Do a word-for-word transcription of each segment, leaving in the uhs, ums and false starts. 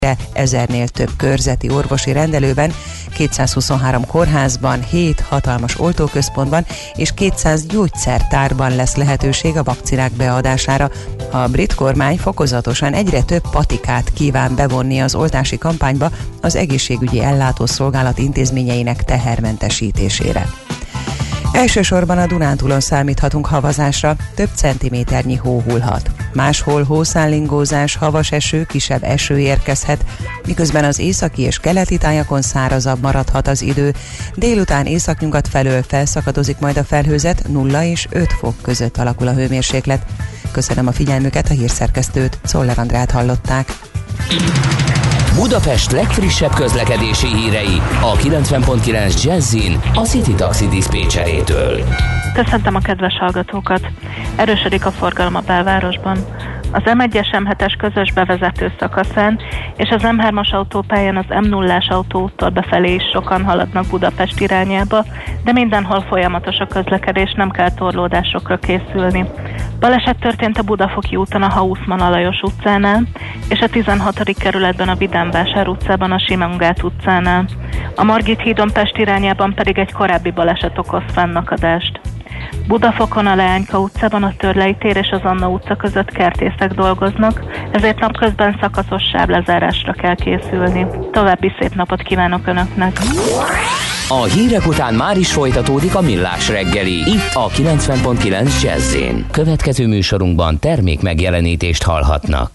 ezernél több körzeti orvosi rendelőben, kétszázhuszonhárom kórházban, hét hatalmas oltóközpontban és kétszáz gyógyszertárban lesz lehetőség a vakcinák beadására. A brit kormány fokozatosan egyre több patikát kíván bevonni az oltási kampányba az egészségügyi ellátószolgálat intézményeinek tehermentesítésére. Elsősorban a Dunántúlon számíthatunk havazásra, több centiméternyi hó hullhat. Máshol hószállingózás, havas eső, kisebb eső érkezhet, miközben az északi és keleti tájakon szárazabb maradhat az idő. Délután északnyugat felől felszakadozik majd a felhőzet, nulla és öt fok között alakul a hőmérséklet. Köszönöm a figyelmüket, a hírszerkesztőt, Czoller Andrát hallották. Budapest legfrissebb közlekedési hírei a kilencven pont kilenc Jazzin a City Taxi diszpécserétől. Köszöntöm a kedves hallgatókat! Erősödik a forgalom a belvárosban. Az em egyes em hetes közös bevezető szakaszán és az em hármas autópályán az em nullás autóúttól befelé is sokan haladnak Budapest irányába, de mindenhol folyamatos a közlekedés, nem kell torlódásokra készülni. Baleset történt a Budafoki úton a Haussmann Alajos utcánál, és a tizenhatodik kerületben a Vidánvásár utcában a Simon Gát utcánál. A Margit hídon Pest irányában pedig egy korábbi baleset okoz fennakadást. Budafokon a Leányka utcában a Törlei tér és az Anna utca között kertészek dolgoznak, ezért napközben szakaszos sáblezárásra kell készülni. További szép napot kívánok Önöknek! A hírek után már is folytatódik a Millás reggeli, itt a kilencven pont kilenc Jazz-én. Következő műsorunkban termék megjelenítést hallhatnak.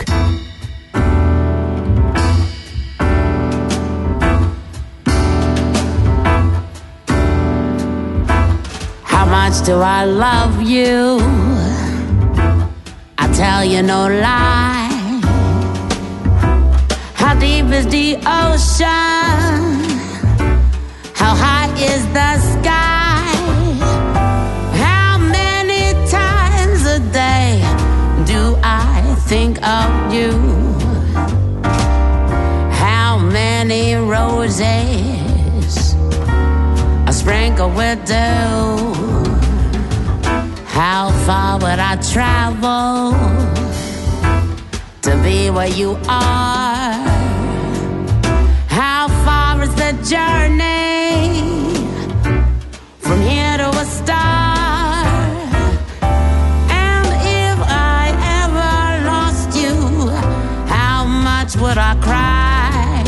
How much do I love you? I tell you no lie. How deep is the ocean? How high is the sky? How many times a day do I think of you? How many roses I sprinkle with dew? How far would I travel to be where you are? How far is the journey from here to a star? And if I ever lost you, how much would I cry?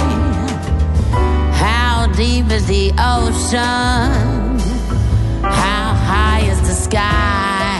How deep is the ocean? How high is the sky?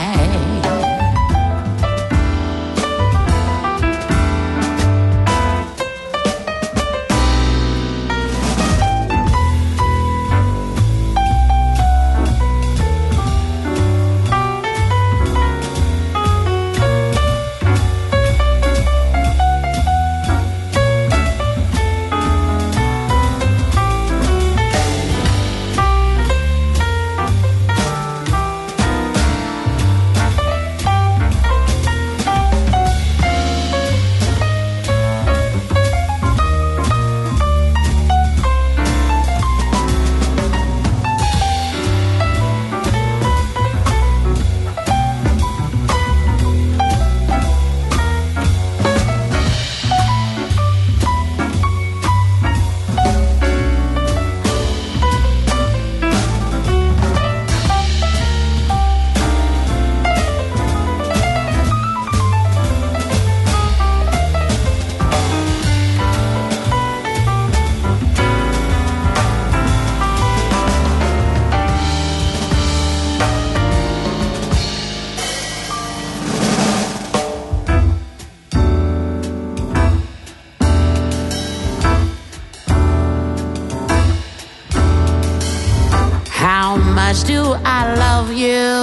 Do I love you?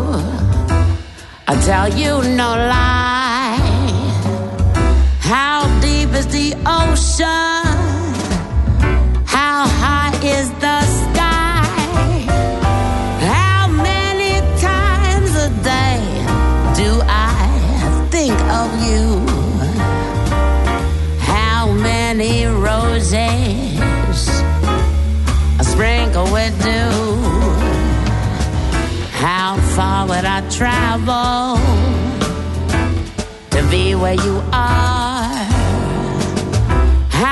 I tell you no lie. How deep is the ocean? How high is the sky? How many times a day do I think of you? How many roses I sprinkle with dew? How far would I travel to be where you are?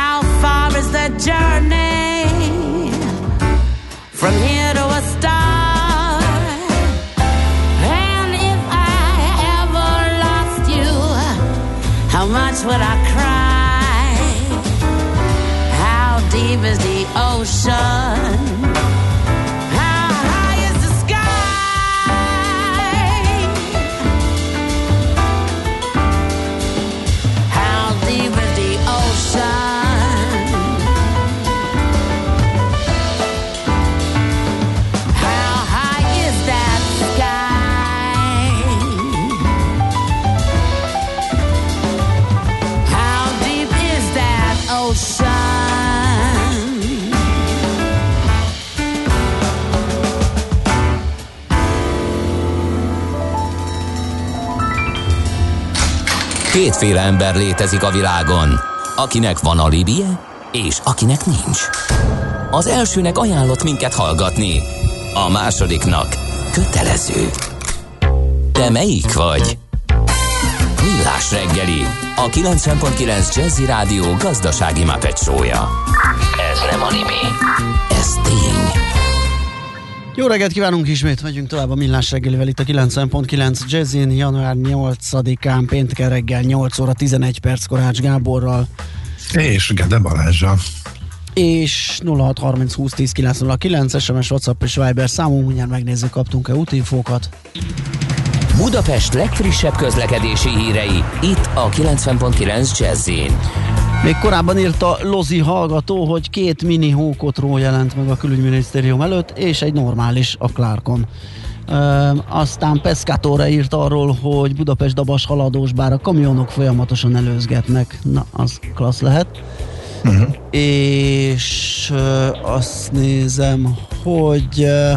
Kétféle ember létezik a világon, akinek van alibije, és akinek nincs. Az elsőnek ajánlott minket hallgatni, a másodiknak kötelező. Te melyik vagy? Millás reggeli, a kilencven pont kilenc Jazzy Rádió gazdasági Muppet show-ja. Ez nem anime, ez tény. Jó reggelt kívánunk, ismét megyünk tovább a Millás reggelivel itt a kilencven pont kilenc Jazzin, január nyolcadikán, pénteken reggel nyolc óra tizenegy perckor Ács Gáborral. És Gede Balázsa. És nulla hat harminc húsz tíz kilenc nulla kilenc es em es, WhatsApp és Viber számunk, mindjárt megnézzük, kaptunk-e útinfókat. Budapest legfrissebb közlekedési hírei, itt a kilencven pont kilenc Jazzin. Még korábban írta Lozi hallgató, hogy két mini hókotró jelent meg a külügyminisztérium előtt, és egy normális a Clarkon. Ö, aztán Pescatóra írt arról, hogy Budapest-Dabas haladós, bár a kamionok folyamatosan előzgetnek. Na, az klassz lehet. Uh-huh. És ö, azt nézem, hogy ö,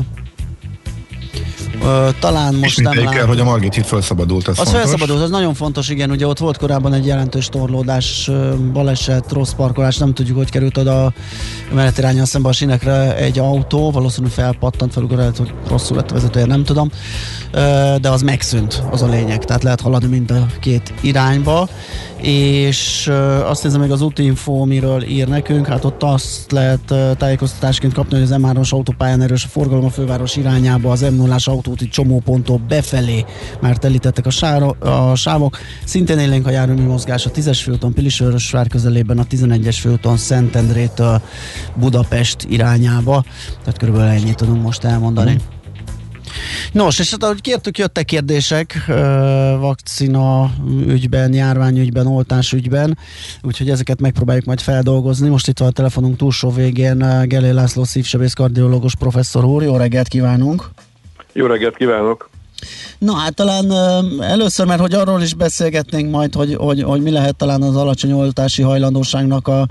Uh, talán most nem látom. kell, hogy a Margit híd felszabadult, ez az fontos. felszabadult, az nagyon fontos, igen, ugye ott volt korábban egy jelentős torlódás, baleset, rossz parkolás, nem tudjuk, hogy került oda a menetiránnyal szembe a sínekre egy autó, valószínűleg felpattant fel, lehet, hogy rosszul lett a vezetője, nem tudom, uh, de az megszűnt, az a lényeg, tehát lehet haladni mind a két irányba, és uh, azt nézem, még az útinfo, miről ír nekünk, hát ott azt lehet uh, tájékoztatásként kapni, hogy az em hármas autópályán erős a forgalom a főváros irányába, az em nullás autóúti csomóponttól befelé már telítettek a, sáro, a sávok. Szintén élénk a jármű mozgás a tízes főúton Pilisvörösvár közelében, a tizenegyes főúton Szentendrétől Budapest irányába. Tehát körülbelül ennyit tudunk most elmondani. Mm. Nos, és hát ahogy kértük, jöttek kérdések uh, vakcina ügyben, járványügyben, oltás ügyben, úgyhogy ezeket megpróbáljuk majd feldolgozni. Most itt van a telefonunk túlsó végén uh, Gelé László szívsebész kardiológus professzor úr. Jó reggelt kívánunk! Jó reggelt kívánok! Na hát talán uh, először, mert hogy arról is beszélgetnénk majd, hogy, hogy, hogy mi lehet talán az alacsony oltási hajlandóságnak a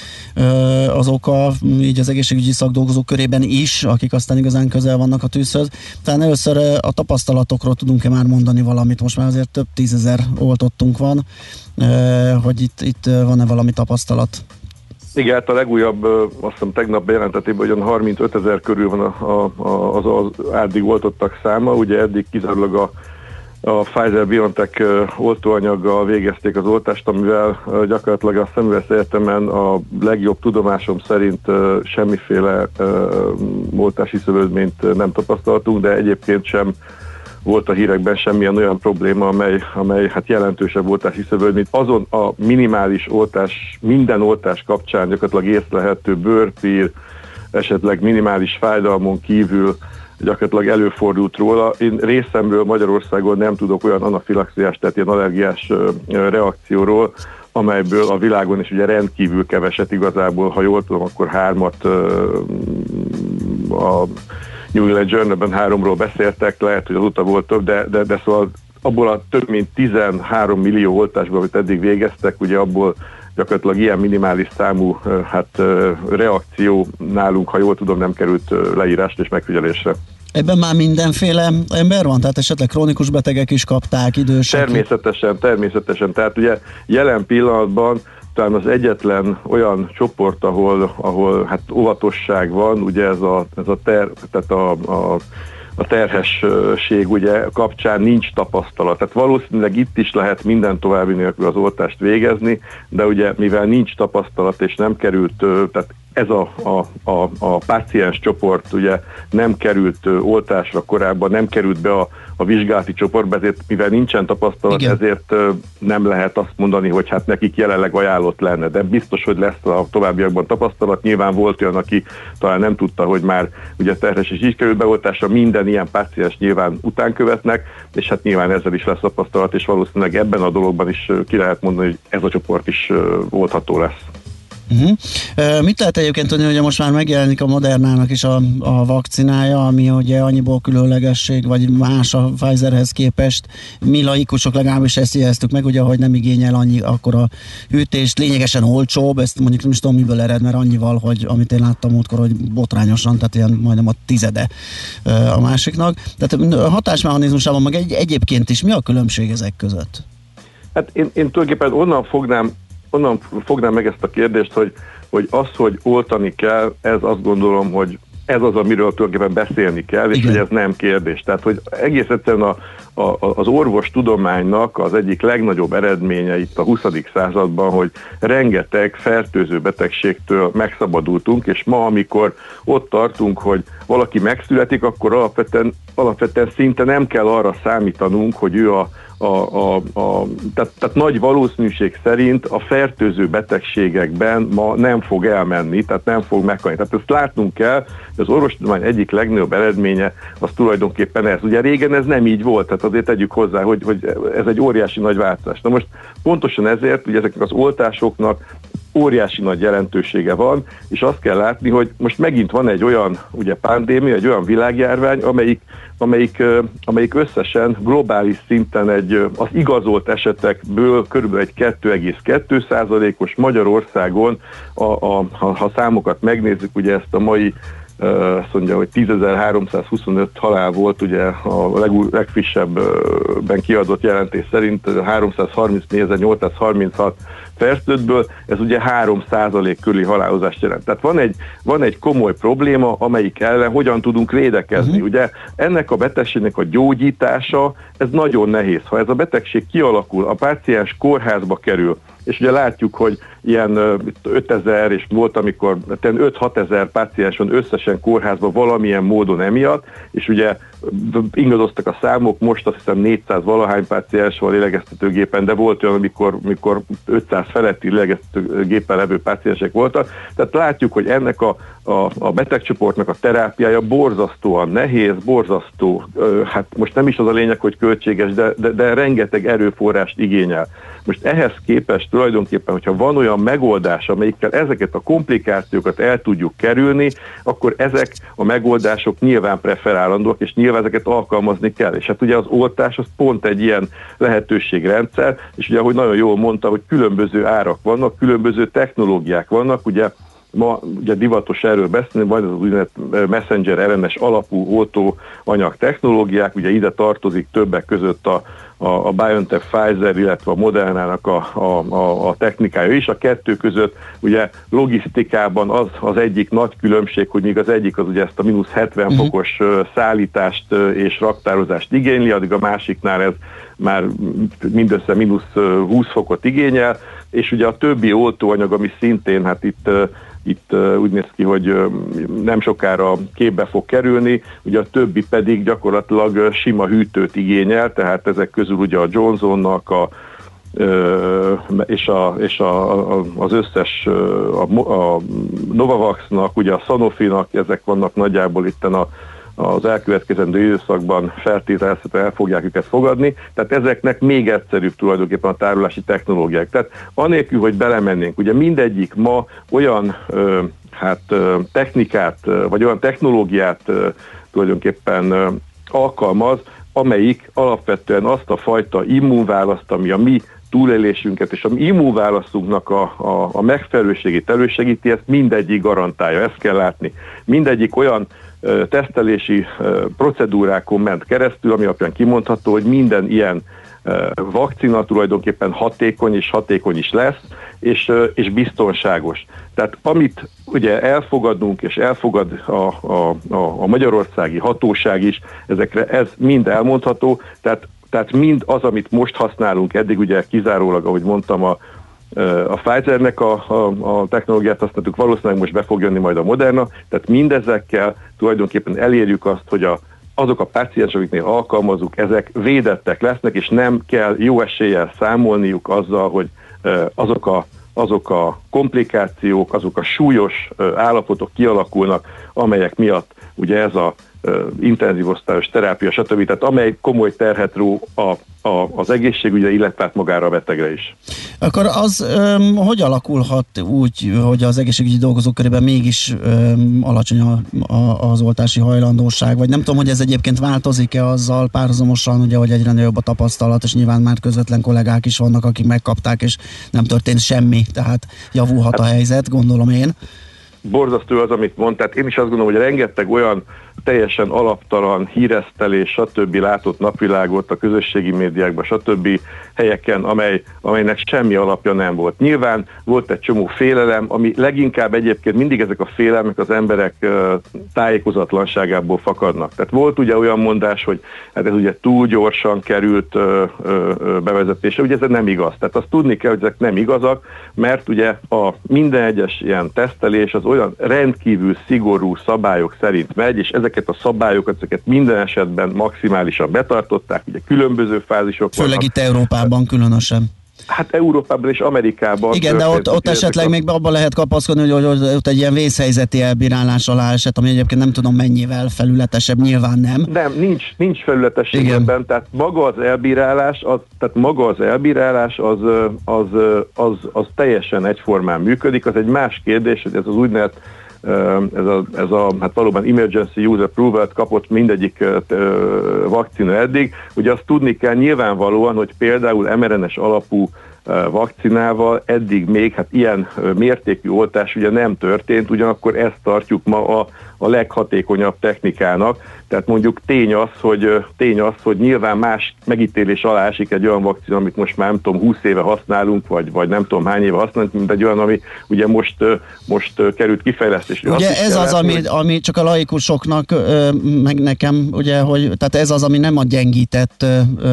az oka, így az egészségügyi szakdolgozók körében is, akik aztán igazán közel vannak a tűzhöz. Tehát először a tapasztalatokról tudunk-e már mondani valamit, most már azért több tízezer oltottunk van, hogy itt, itt van-e valami tapasztalat? Igen, hát a legújabb, azt hiszem tegnap bejelentetében, hogy olyan harmincöt ezer körül van a, a, a, az, az addig oltottak száma, ugye eddig kizárólag a A Pfizer-BioNTech oltóanyaggal végezték az oltást, amivel gyakorlatilag a Szemüvesz Egyetemen a legjobb tudomásom szerint semmiféle oltási szövődményt nem tapasztaltunk, de egyébként sem volt a hírekben semmilyen olyan probléma, amely, amely hát jelentősebb oltási szövődményt. Azon a minimális oltás, minden oltás kapcsán gyakorlatilag észlelhető bőrpír, esetleg minimális fájdalmon kívül gyakorlatilag előfordult róla. Én részemről Magyarországon nem tudok olyan anafilaxiás, tehát ilyen allergiás reakcióról, amelyből a világon is ugye rendkívül keveset igazából, ha jól tudom, akkor hármat a New England Journal-ben háromról beszéltek, lehet, hogy azóta volt több, de, de, de szóval abból a több mint tizenhárom millió oltásból, amit eddig végeztek, ugye abból gyakorlatilag ilyen minimális számú hát, reakció nálunk, ha jól tudom, nem került leírásra és megfigyelésre. Ebben már mindenféle ember van? Tehát esetleg krónikus betegek is kapták, idősek? Természetesen, természetesen. Tehát ugye jelen pillanatban talán az egyetlen olyan csoport, ahol, ahol hát óvatosság van, ugye ez a, ez a, ter, tehát a, a a terhesség ugye kapcsán nincs tapasztalat. Tehát valószínűleg itt is lehet minden további nélkül az oltást végezni, de ugye mivel nincs tapasztalat és nem került, tehát ez a, a, a, a páciens csoport ugye nem került oltásra korábban, nem került be a, a vizsgálati csoportba, ezért mivel nincsen tapasztalat, igen, ezért nem lehet azt mondani, hogy hát nekik jelenleg ajánlott lenne, de biztos, hogy lesz a továbbiakban tapasztalat. Nyilván volt olyan, aki talán nem tudta, hogy már ugye terhes is így került beoltásra, minden ilyen páciens nyilván után követnek, és hát nyilván ezzel is lesz tapasztalat, és valószínűleg ebben a dologban is ki lehet mondani, hogy ez a csoport is oltható lesz. Uh-huh. Uh, mit lehet egyébként tudni, hogy most már megjelenik a Modernának is a, a vakcinája, ami ugye annyiból különlegesség, vagy más a Pfizerhez képest. Mi laikusok legalábbis ezt jeleztük meg, ugye, hogy nem igényel annyi akkor a hűtést, lényegesen olcsóbb, ezt mondjuk nem is tudom miből ered, mert annyival, hogy amit én láttam múltkor, hogy botrányosan, tehát ilyen majdnem a tizede uh, a másiknak. Tehát a hatásmechanizmusában meg egy, egyébként is mi a különbség ezek között? Hát én, én tulajdonképpen onnan fognám onnan fognám meg ezt a kérdést, hogy, hogy az, hogy oltani kell, ez azt gondolom, hogy ez az, amiről tulajdonképpen beszélni kell, és igen, hogy ez nem kérdés. Tehát, hogy egész egyszerűen a, a, az orvostudománynak az egyik legnagyobb eredménye itt a huszadik században, hogy rengeteg fertőző betegségtől megszabadultunk, és ma, amikor ott tartunk, hogy valaki megszületik, akkor alapvetően, alapvetően szinte nem kell arra számítanunk, hogy ő a A, a, a, tehát, tehát nagy valószínűség szerint a fertőző betegségekben ma nem fog elmenni, tehát nem fog meghalni. Tehát ezt látnunk kell, hogy az orvostudomány egyik legnagyobb eredménye az tulajdonképpen ez. Ugye régen ez nem így volt, tehát azért tegyük hozzá, hogy, hogy ez egy óriási nagy változás. Na most pontosan ezért, ugye ezeknek az oltásoknak óriási nagy jelentősége van, és azt kell látni, hogy most megint van egy olyan ugye pandémia, egy olyan világjárvány, amelyik, amelyik, amelyik összesen globális szinten egy, az igazolt esetekből körülbelül egy kettő egész kettő százalékos, Magyarországon, a, a, ha, ha számokat megnézzük, ugye ezt a mai azt mondja, hogy tízezer-háromszázhuszonöt halál volt, ugye a leg, legfrissebben kiadott jelentés szerint háromszázharmincnégyezer-nyolcszázharminchat fertőzöttből, ez ugye három százalék körüli halálozást jelent. Tehát van egy, van egy komoly probléma, amelyik ellen hogyan tudunk védekezni. Uh-huh. Ugye ennek a betegségnek a gyógyítása, ez nagyon nehéz. Ha ez a betegség kialakul, a páciens kórházba kerül, és ugye látjuk, hogy ilyen ötezer, és volt, amikor öt-hat ezer páciens van összesen kórházban valamilyen módon emiatt, és ugye ingadoztak a számok, most azt hiszem négyszáz valahány páciens van lélegeztetőgépen, de volt olyan, amikor, amikor ötszáz feletti lélegeztetőgépen levő páciensek voltak. Tehát látjuk, hogy ennek a, a, a betegcsoportnak a terápiája borzasztóan nehéz, borzasztó, hát most nem is az a lényeg, hogy költséges, de, de, de rengeteg erőforrást igényel. Most ehhez képest tulajdonképpen, hogyha van olyan megoldás, amelyikkel ezeket a komplikációkat el tudjuk kerülni, akkor ezek a megoldások nyilván preferálandóak, és nyilván ezeket alkalmazni kell. És hát ugye az oltás az pont egy ilyen lehetőségrendszer, és ugye, ahogy nagyon jól mondta, hogy különböző árak vannak, különböző technológiák vannak, ugye ma ugye divatos erről beszélni, majd az úgynevezett messenger er en es alapú oltóanyag technológiák, ugye ide tartozik többek között a, a, a BioNTech, Pfizer, illetve a Modernának a, a, a, a technikája is. A kettő között ugye logisztikában az, az egyik nagy különbség, hogy még az egyik az ugye ezt a mínusz hetven uh-huh. fokos szállítást és raktározást igényli, addig a másiknál ez már mindössze mínusz húsz fokot igényel, és ugye a többi oltóanyag, ami szintén hát itt Itt uh, úgy néz ki, hogy uh, nem sokára képbe fog kerülni, ugye a többi pedig gyakorlatilag uh, sima hűtőt igényel, tehát ezek közül ugye a Johnsonnak a, uh, és, a, és a, a, az összes uh, a, a Novavaxnak, ugye a Sanofinak, ezek vannak nagyjából itten a az elkövetkezendő időszakban feltételezhetően el fogják őket fogadni, tehát ezeknek még egyszerűbb tulajdonképpen a tárolási technológiák. Tehát anélkül, hogy belemennénk, ugye mindegyik ma olyan ö, hát ö, technikát, ö, vagy olyan technológiát ö, tulajdonképpen ö, alkalmaz, amelyik alapvetően azt a fajta immunválaszt, ami a mi túlélésünket és a mi immunválaszunknak a, a, a megfelelőségét elősegíti, ezt mindegyik garantálja, ezt kell látni. Mindegyik olyan tesztelési procedúrákon ment keresztül, ami alapján kimondható, hogy minden ilyen vakcina tulajdonképpen hatékony és hatékony is lesz, és, és biztonságos. Tehát amit ugye elfogadunk, és elfogad a, a, a, a magyarországi hatóság is, ezekre ez mind elmondható, tehát, tehát mind az, amit most használunk eddig, ugye kizárólag, ahogy mondtam, a A Pfizernek a, a, a technológiát használtuk, valószínűleg most be fog jönni majd a Moderna, tehát mindezekkel tulajdonképpen elérjük azt, hogy a, azok a páciensek, akiknél alkalmazunk, ezek védettek lesznek, és nem kell jó eséllyel számolniuk azzal, hogy azok a, azok a komplikációk, azok a súlyos állapotok kialakulnak, amelyek miatt ugye ez a intenzív osztályos terápia, stb. Tehát amely komoly terhet ró a, a, az egészségügyre, illetve hát magára a betegre is. Akkor az öm, hogy alakulhat úgy, hogy az egészségügyi dolgozók körében mégis öm, alacsony a, a, az oltási hajlandóság, vagy nem tudom, hogy ez egyébként változik-e azzal párhuzamosan, ugye, hogy egyre nagyobb a tapasztalat, és nyilván már közvetlen kollégák is vannak, akik megkapták, és nem történt semmi, tehát javulhat hát, a helyzet, gondolom én. Borzasztó az, amit mond, tehát én is azt gondolom, hogy rengeteg olyan teljesen alaptalan híresztelés, stb. Látott napvilágot a közösségi médiákban, stb. Helyeken, amely, amelynek semmi alapja nem volt. Nyilván volt egy csomó félelem, ami leginkább egyébként mindig ezek a félelmek az emberek uh, tájékozatlanságából fakadnak. Tehát volt ugye olyan mondás, hogy hát ez ugye túl gyorsan került uh, uh, bevezetésre, ugye ez nem igaz. Tehát azt tudni kell, hogy ezek nem igazak, mert ugye a minden egyes ilyen tesztelés az olyan rendkívül szigorú szabályok szerint megy, és ezeket a szabályokat, ezeket minden esetben maximálisan betartották, ugye különböző fázisok Főleg vannak. Itt Európában különösen. Hát Európában és Amerikában. Igen, de ott, ott esetleg a... még abban lehet kapaszkodni, hogy, hogy ott egy ilyen vészhelyzeti elbírálás alá esett, ami egyébként nem tudom mennyivel felületesebb, nyilván nem. Nem, nincs, nincs felületesség ebben, tehát maga az elbírálás, az, tehát maga az elbírálás az, az, az, az teljesen egyformán működik, az egy más kérdés, hogy ez az úgynevezett Ez a, ez a hát valóban emergency use approval-t kapott mindegyik vakcina eddig. Ugye azt tudni kell nyilvánvalóan, hogy például em er en es alapú vakcinával eddig még hát ilyen mértékű oltás ugye nem történt, ugyanakkor ezt tartjuk ma a, a leghatékonyabb technikának. Tehát mondjuk tény az, hogy, tény az, hogy nyilván más megítélés alá esik egy olyan vakcina, amit most már nem tudom, húsz éve használunk, vagy, vagy nem tudom hány éve használunk, mint egy olyan, ami ugye most, most került kifejlesztésre. Ugye ez az, ami, hogy... ami csak a laikusoknak, meg nekem, ugye, hogy tehát ez az, ami nem a gyengített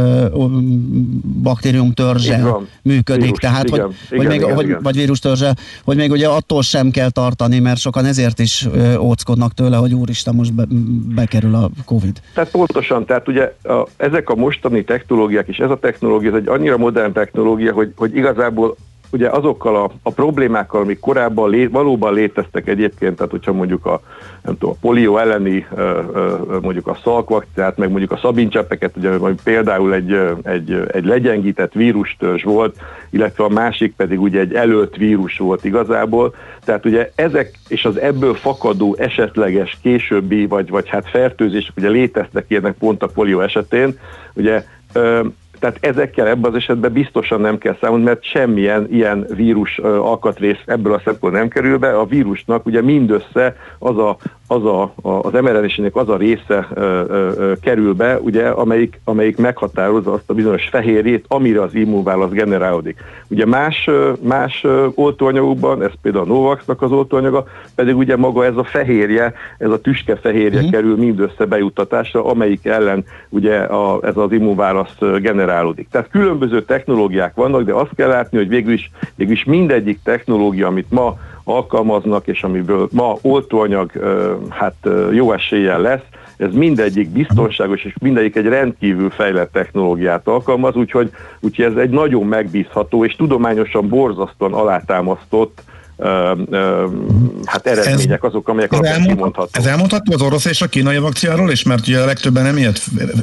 baktériumtörzsel működik, vírus, tehát igen, hogy, igen, hogy még, igen, hogy, igen. vagy vírustörzsel, hogy még ugye attól sem kell tartani, mert sokan ezért is óckodnak tőle, hogy úristen, most be, bekerül a Covid. Tehát pontosan, tehát ugye a, ezek a mostani technológiák és ez a technológia, ez egy annyira modern technológia, hogy, hogy igazából ugye azokkal a, a problémákkal, amik korábban lé, valóban léteztek egyébként, tehát hogyha mondjuk a, nem tudom, a polió elleni mondjuk a szalkvakcinát, meg mondjuk a szabincseppeket, ugye például egy, egy, egy legyengített vírustörzs volt, illetve a másik pedig ugye egy elölt vírus volt igazából, tehát ugye ezek és az ebből fakadó esetleges későbbi, vagy, vagy hát fertőzések, ugye léteztek ilyenek pont a polió esetén, ugye tehát ezekkel ebben az esetben biztosan nem kell számolni, mert semmilyen ilyen vírus alkatrész ebből a szempontból nem kerül be. A vírusnak ugye mindössze az a, az, a, az em er en es-nek az a része ö, ö, kerül be, ugye, amelyik, amelyik meghatározza azt a bizonyos fehérjét, amire az immunválasz generálódik. Ugye más, más oltóanyagokban, ez például a Novaxnak az oltóanyaga, pedig ugye maga ez a fehérje, ez a tüske fehérje mm. kerül mindössze bejuttatásra, amelyik ellen ugye a, ez az immunválasz generálódik. Tehát különböző technológiák vannak, de azt kell látni, hogy végül is, végül is mindegyik technológia, amit ma alkalmaznak, és amiből ma oltóanyag hát jó eséllyel lesz, ez mindegyik biztonságos, és mindegyik egy rendkívül fejlett technológiát alkalmaz, úgyhogy, úgyhogy ez egy nagyon megbízható, és tudományosan borzasztóan alátámasztott Uh, uh, hát eredmények azok, amelyek alapján kimondható. Ez elmondható az orosz és a kínai vakcináról is, mert ugye a legtöbben emiatt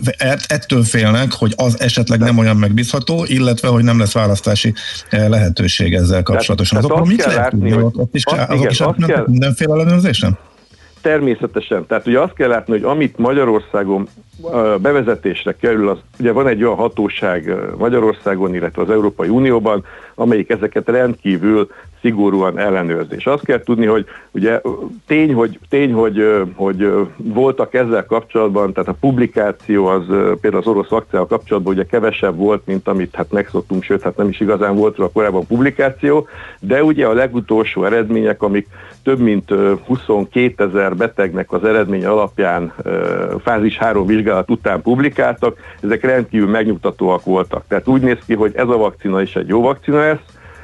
ettől félnek, hogy az esetleg nem olyan megbízható, illetve hogy nem lesz választási lehetőség ezzel kapcsolatosan. Tehát, azok, tehát mit lehet tudni, hogy ott is, az, azok igen, is kell, mindenféle ellenőrzésen? Természetesen. Tehát ugye azt kell látni, hogy amit Magyarországon bevezetésre kerül, az, ugye van egy olyan hatóság Magyarországon, illetve az Európai Unióban, amelyik ezeket rendkívül szigorúan ellenőrzi. És azt kell tudni, hogy ugye tény, hogy, tény hogy, hogy voltak ezzel kapcsolatban, tehát a publikáció az például az orosz vakcinával kapcsolatban ugye kevesebb volt, mint amit hát megszoktunk, sőt, hát nem is igazán volt róla korábban publikáció, de ugye a legutolsó eredmények, amik több mint huszonkétezer betegnek az eredménye alapján fázis három vizsgálat után publikáltak, ezek rendkívül megnyugtatóak voltak. Tehát úgy néz ki, hogy ez a vakcina is egy jó vakcina lesz,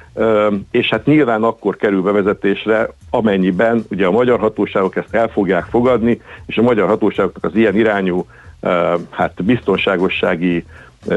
és hát nyilván akkor kerül bevezetésre, amennyiben ugye a magyar hatóságok ezt el fogják fogadni, és a magyar hatóságoknak az ilyen irányú hát biztonságossági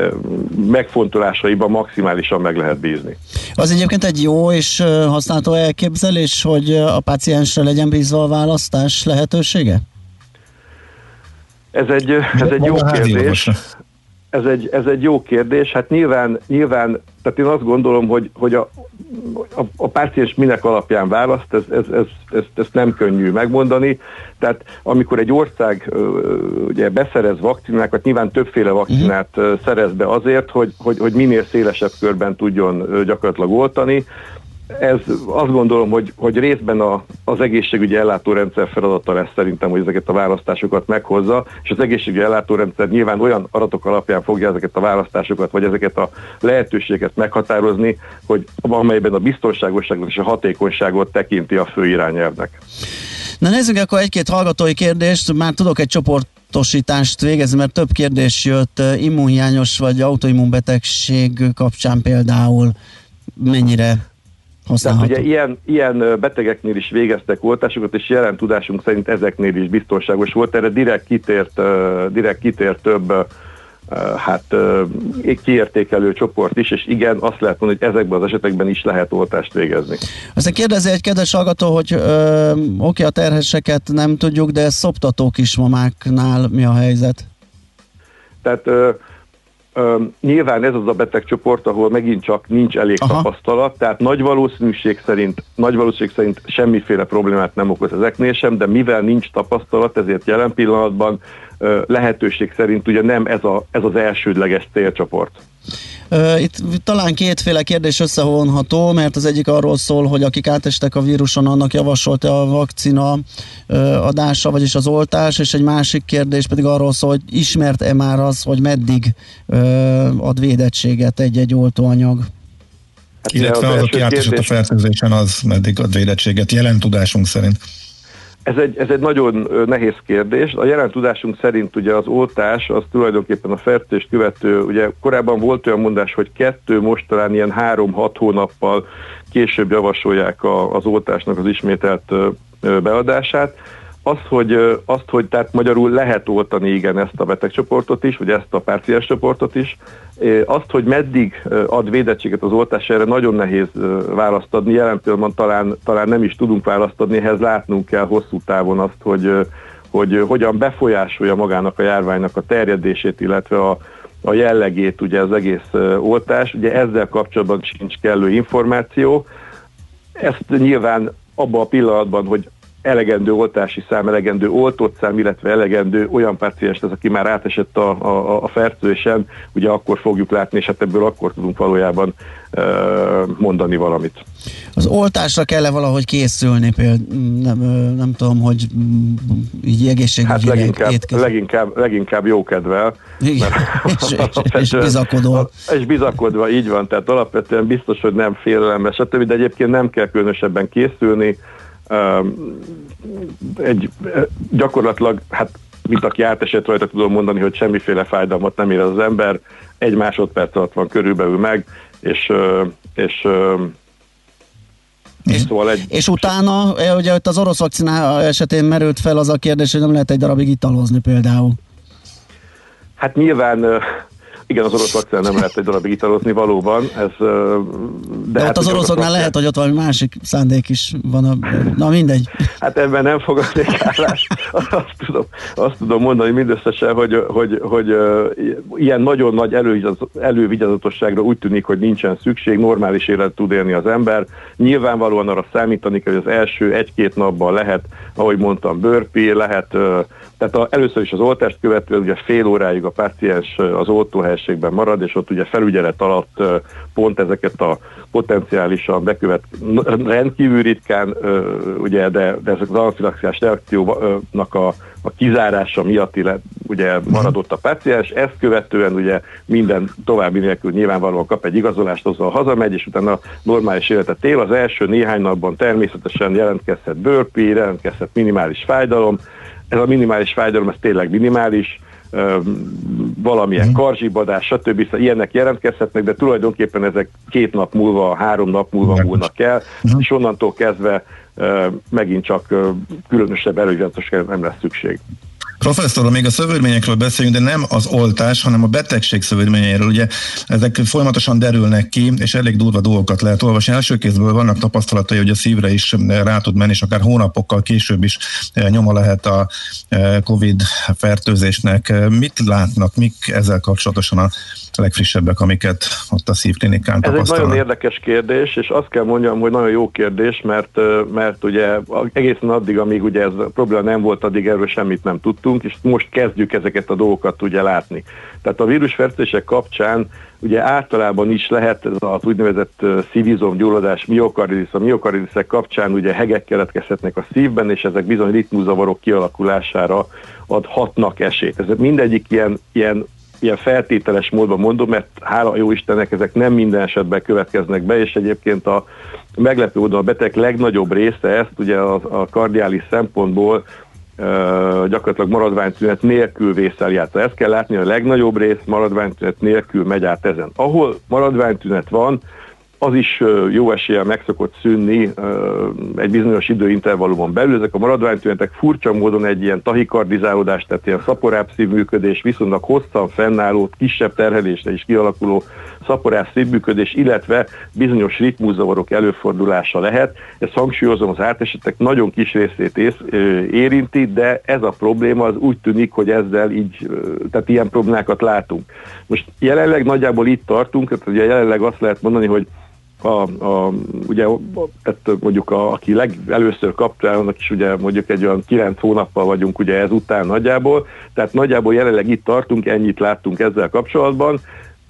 megfontolásaiban maximálisan meg lehet bízni. Az egyébként egy jó és használható elképzelés, hogy a páciensre legyen bízva a választás lehetősége? Ez egy, ez egy jó kérdés. Ez egy, ez egy jó kérdés. Hát nyilván, nyilván tehát én azt gondolom, hogy, hogy a, a, a páciens minek alapján választ, ez, ez, ez, ez, ez nem könnyű megmondani. Tehát amikor egy ország ugye beszerez vakcinákat, nyilván többféle vakcinát uh-huh. szerez be azért, hogy, hogy, hogy minél szélesebb körben tudjon gyakorlatilag oltani. Ez azt gondolom, hogy, hogy részben a, az egészségügyi ellátórendszer feladata lesz szerintem, hogy ezeket a választásokat meghozza, és az egészségügyi ellátórendszer nyilván olyan adatok alapján fogja ezeket a választásokat, vagy ezeket a lehetőségeket meghatározni, hogy amelyben a biztonságosságot és a hatékonyságot tekinti a fő irányelvnek. Na nézzük akkor egy-két hallgatói kérdést, már tudok egy csoportosítást végezni, mert több kérdés jött immunhiányos vagy autoimmunbetegség kapcsán például mennyire Tehát ugye ilyen, ilyen betegeknél is végeztek oltásokat, és jelen tudásunk szerint ezeknél is biztonságos volt. Erre direkt kitért, direkt kitért több hát, kiértékelő csoport is, és igen, azt lehet mondani, hogy ezekben az esetekben is lehet oltást végezni. Aztán kérdezi egy kedves hallgató, hogy ö, oké, a terheseket nem tudjuk, de szoptató kismamáknál mi a helyzet? Tehát ö, ö, nyilván ez az a betegcsoport, ahol megint csak nincs elég Aha. tapasztalat, tehát nagy valószínűség szerint, nagy valószínűség szerint semmiféle problémát nem okoz ezeknél sem, de mivel nincs tapasztalat, ezért jelen pillanatban ö, lehetőség szerint ugye nem ez, a, ez az elsődleges célcsoport. Itt talán kétféle kérdés összevonható, mert az egyik arról szól, hogy akik átestek a víruson, annak javasolta a vakcina adása, vagyis az oltás, és egy másik kérdés pedig arról szól, hogy ismert-e már az, hogy meddig ad védettséget egy-egy oltóanyag. Hát illetve az, az aki átesett a fertőzésen, az meddig ad védettséget, jelen tudásunk szerint. Ez egy, ez egy nagyon nehéz kérdés. A jelen tudásunk szerint ugye az oltás, az tulajdonképpen a fertőzést követő, ugye korábban volt olyan mondás, hogy kettő, most talán ilyen három-hat hónappal később javasolják a, az oltásnak az ismételt beadását. Azt, hogy, azt, hogy tehát magyarul lehet oltani igen ezt a betegcsoportot is, vagy ezt a páciens csoportot is. Azt, hogy meddig ad védettséget az oltás, erre nagyon nehéz választ adni. Jelen pillanatban talán, talán nem is tudunk választ adni, ehhez látnunk kell hosszú távon azt, hogy, hogy hogyan befolyásolja magának a járványnak a terjedését, illetve a, a jellegét ugye az egész oltás. Ugye ezzel kapcsolatban sincs kellő információ. Ezt nyilván abban a pillanatban, hogy elegendő oltási szám, elegendő oltott szám, illetve elegendő olyan páciens ez, aki már átesett a, a, a fertőzésen, ugye akkor fogjuk látni, és hát ebből akkor tudunk valójában e, mondani valamit. Az oltásra kell-e valahogy készülni például? Nem, nem tudom, hogy így egészségügyileg hát leginkább, leginkább, leginkább jókedvel. És, és bizakodva. És bizakodva, így van, tehát alapvetően biztos, hogy nem félelmes, stb., de egyébként nem kell különösebben készülni. Egy gyakorlatilag, hát mint aki átesett rajta, tudom mondani, hogy semmiféle fájdalmat nem érez az ember, egy másodperc alatt van körülbelül meg, és és, és, szóval egy... és utána, ugye ott az orosz vakcina esetén merült fel az a kérdés, hogy nem lehet egy darabig italozni például. Hát nyilván igen, az orosz vakcinán nem lehet egy darabig italozni, valóban. Ez, de de hát az oroszoknál orosz lehet, hogy ott valami másik szándék is van. A... Na mindegy. Hát ebben nem fogadnék állást. Azt tudom, azt tudom mondani mindösszesen, hogy, hogy, hogy uh, ilyen nagyon nagy elővigyázatosságra úgy tűnik, hogy nincsen szükség, normális élet tud élni az ember. Nyilvánvalóan arra számítani kell, hogy az első egy-két napban lehet, ahogy mondtam, bőrpí, lehet, uh, tehát a, először is az oltást követően ugye fél óráig a páciens az oltóhelységben marad, és ott ugye felügyelet alatt pont ezeket a potenciálisan bekövet, rendkívül ritkán, ugye, de, de ezek az anafilaxiás reakciónak a, a kizárása miatt illet, ugye maradott a páciens, ezt követően ugye minden további nélkül nyilvánvalóan kap egy igazolást, azzal hazamegy, és utána normális életet él. Az első néhány napban természetesen jelentkezhet bőrpí, jelentkezhet minimális fájdalom. Ez a minimális fájdalom, ez tényleg minimális, valamilyen karzsibadás, stb. Ilyenek jelentkezhetnek, de tulajdonképpen ezek két nap múlva, három nap múlva múlnak el, uh-huh. és onnantól kezdve uh, megint csak uh, különösebb elővigyázatosságra nem lesz szükség. Professzor, még a szövődményekről beszéljünk, de nem az oltás, hanem a betegség szövődményeiről. Ugye ezek folyamatosan derülnek ki, és elég durva dolgokat lehet olvasni. Első kézből vannak tapasztalatai, hogy a szívre is rá tud menni, és akár hónapokkal később is nyoma lehet a Covid fertőzésnek. Mit látnak, mik ezzel kapcsolatosan a legfrissebbek, amiket ott a szívklinikán tapasztalnak? Ez egy nagyon érdekes kérdés, és azt kell mondjam, hogy nagyon jó kérdés, mert, mert ugye egészen addig, amíg ugye ez a probléma nem volt, addig erről semmit nem tudtunk, és most kezdjük ezeket a dolgokat ugye látni. Tehát a vírusfertőzések kapcsán ugye általában is lehet ez az úgynevezett szívizomgyulladás, miokarditis, a miokarditiszek kapcsán ugye hegek keletkezhetnek a szívben, és ezek bizony ritmuszavarok kialakulására adhatnak esélyt. Ez mindegyik ilyen, ilyen ilyen feltételes módban mondom, mert hála jó Istennek ezek nem minden esetben következnek be, és egyébként a meglepő módon a beteg legnagyobb része ezt ugye a, a kardiális szempontból uh, gyakorlatilag maradványtünet nélkül vészel át. Ezt kell látni, hogy a legnagyobb rész maradványtünet nélkül megy át ezen. Ahol maradványtünet van, az is jó eséllyel meg szokott szűnni egy bizonyos időintervallumon belül. Ezek a maradványtünetek furcsa módon egy ilyen tahikardizálódást, tehát ilyen szaporább szívműködés, viszonylag hosszan fennálló, kisebb terhelésre is kialakuló szaporább szívműködés, illetve bizonyos ritmuszavarok előfordulása lehet. Ezt hangsúlyozom, az átesetek nagyon kis részét ész, érinti, de ez a probléma az úgy tűnik, hogy ezzel így, tehát ilyen problémákat látunk. Most jelenleg nagyjából itt tartunk, tehát ugye jelenleg azt lehet mondani, hogy A, a, ugye, tehát mondjuk a, aki legelőször kapta, annak is ugye mondjuk egy olyan kilenc hónappal vagyunk ugye ezután nagyjából, tehát nagyjából jelenleg itt tartunk, ennyit láttunk ezzel kapcsolatban.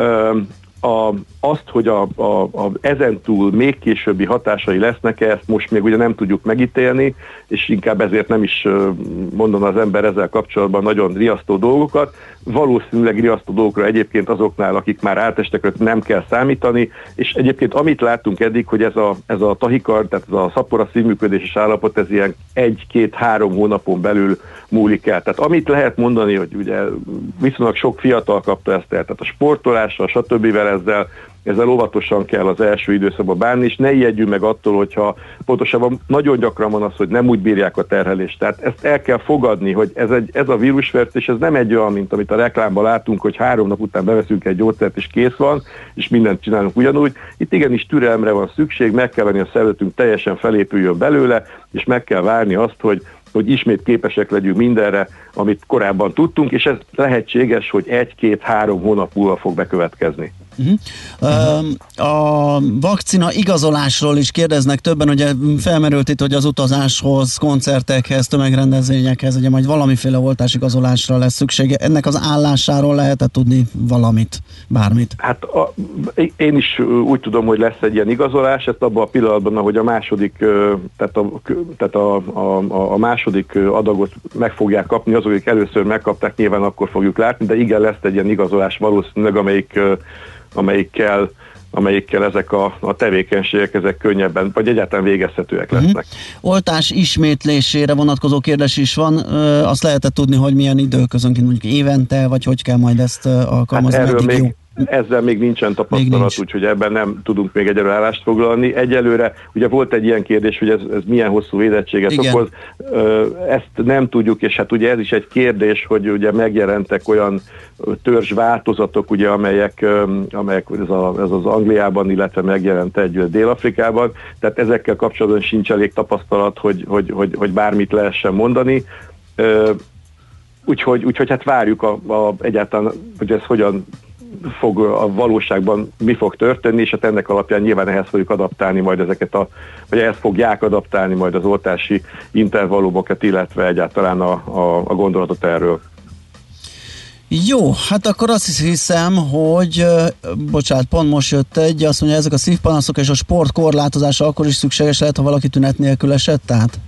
A, azt, hogy a, a, a ezentúl még későbbi hatásai lesznek-e, ezt most még ugye nem tudjuk megítélni, és inkább ezért nem is mondom az ember ezzel kapcsolatban nagyon riasztó dolgokat. Valószínűleg riasztó dolgokra egyébként azoknál, akik már átestek, nem kell számítani, és egyébként amit láttunk eddig, hogy ez a, ez a tahikard, tehát ez a szapora szívműködéses állapot, ez ilyen egy-két-három hónapon belül múlik el. Tehát amit lehet mondani, hogy ugye viszonylag sok fiatal kapta ezt el, tehát a sportolással, stb. ezzel, ezzel óvatosan kell az első időszakban bánni, és ne ijedjünk meg attól, hogyha pontosabban nagyon gyakran van az, hogy nem úgy bírják a terhelést. Tehát ezt el kell fogadni, hogy ez, egy, ez a vírusfertőzés, ez nem egy olyan, mint amit a reklámban látunk, hogy három nap után beveszünk egy gyógyszert, és kész van, és mindent csinálunk ugyanúgy. Itt igenis türelemre van szükség, meg kell venni a szervezetünk teljesen felépüljön belőle, és meg kell várni azt, hogy hogy ismét képesek legyünk mindenre, amit korábban tudtunk, és ez lehetséges, hogy egy-két-három hónap múlva fog bekövetkezni. Uh-huh. A vakcina igazolásról is kérdeznek többen, ugye felmerült itt, hogy az utazáshoz, koncertekhez, tömegrendezvényekhez, ugye majd valamiféle oltásigazolásra lesz szüksége. Ennek az állásáról lehet tudni valamit, bármit? Hát a, én is úgy tudom, hogy lesz egy ilyen igazolás, ezt abban a pillanatban, ahogy a második, tehát a, tehát a, a, a második adagot meg fogják kapni, azok, akik először megkapták, nyilván akkor fogjuk látni, de igen, lesz egy ilyen igazolás valószínűleg, amelyik amelyikkel, amelyikkel ezek a, a tevékenységek ezek könnyebben, vagy egyáltalán végezhetőek lesznek. Uh-huh. Oltás ismétlésére vonatkozó kérdés is van. Ö, azt lehetett tudni, hogy milyen időközönként, mondjuk évente, vagy hogy kell majd ezt alkalmazni? Hát erről még, jó? Ezzel még nincsen tapasztalat, nincs. Úgyhogy ebben nem tudunk még egyelőre állást foglalni. Egyelőre, ugye volt egy ilyen kérdés, hogy ez, ez milyen hosszú védettséget Igen. okoz. Ezt nem tudjuk, és hát ugye ez is egy kérdés, hogy ugye megjelentek olyan törzs változatok, ugye, amelyek, amelyek ez, a, ez az Angliában, illetve megjelent egy Dél-Afrikában, tehát ezekkel kapcsolatban sincs elég tapasztalat, hogy, hogy, hogy, hogy bármit lehessen mondani. Úgyhogy, úgyhogy hát várjuk a, a, egyáltalán, hogy ez hogyan fog a valóságban mi fog történni, és hát ennek alapján nyilván ehhez fogjuk adaptálni majd ezeket a, vagy ehhez fogják adaptálni majd az oltási intervallumokat, illetve egyáltalán a, a, a gondolatot erről. Jó, hát akkor azt hiszem, hogy bocsánat, pont most jött egy, azt mondja, ezek a szívpanaszok és a sport korlátozása akkor is szükséges lehet, ha valaki tünet nélkül esett át?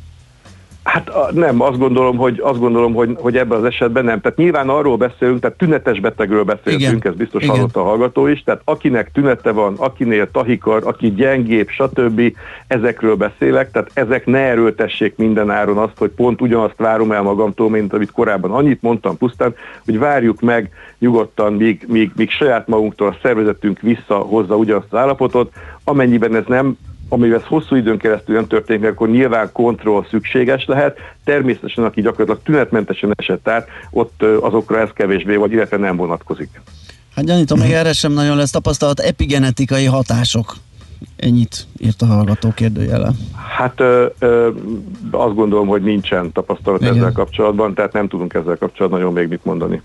Hát nem, azt gondolom, hogy, azt gondolom, hogy, hogy ebben az esetben nem. Tehát nyilván arról beszélünk, tehát tünetes betegről beszélünk, ez biztos hallott a hallgató is, tehát akinek tünete van, akinél tahikard, aki gyengébb, stb. Ezekről beszélek, tehát ezek ne erőltessék minden áron azt, hogy pont ugyanazt várom el magamtól, mint amit korábban. Annyit mondtam pusztán, hogy várjuk meg nyugodtan, míg, míg, míg saját magunktól a szervezetünk visszahozza ugyanazt az állapotot, amennyiben ez nem amivel hosszú időn keresztül nem történik, akkor nyilván kontroll szükséges lehet. Természetesen, aki gyakorlatilag tünetmentesen esett át, ott azokra ez kevésbé, vagy illetve nem vonatkozik. Hát gyanítom, még erre sem nagyon lesz tapasztalat. Epigenetikai hatások. Ennyit írt a hallgató kérdőjele. Hát ö, ö, azt gondolom, hogy nincsen tapasztalat Igen. ezzel kapcsolatban, tehát nem tudunk ezzel kapcsolatban nagyon még mit mondani.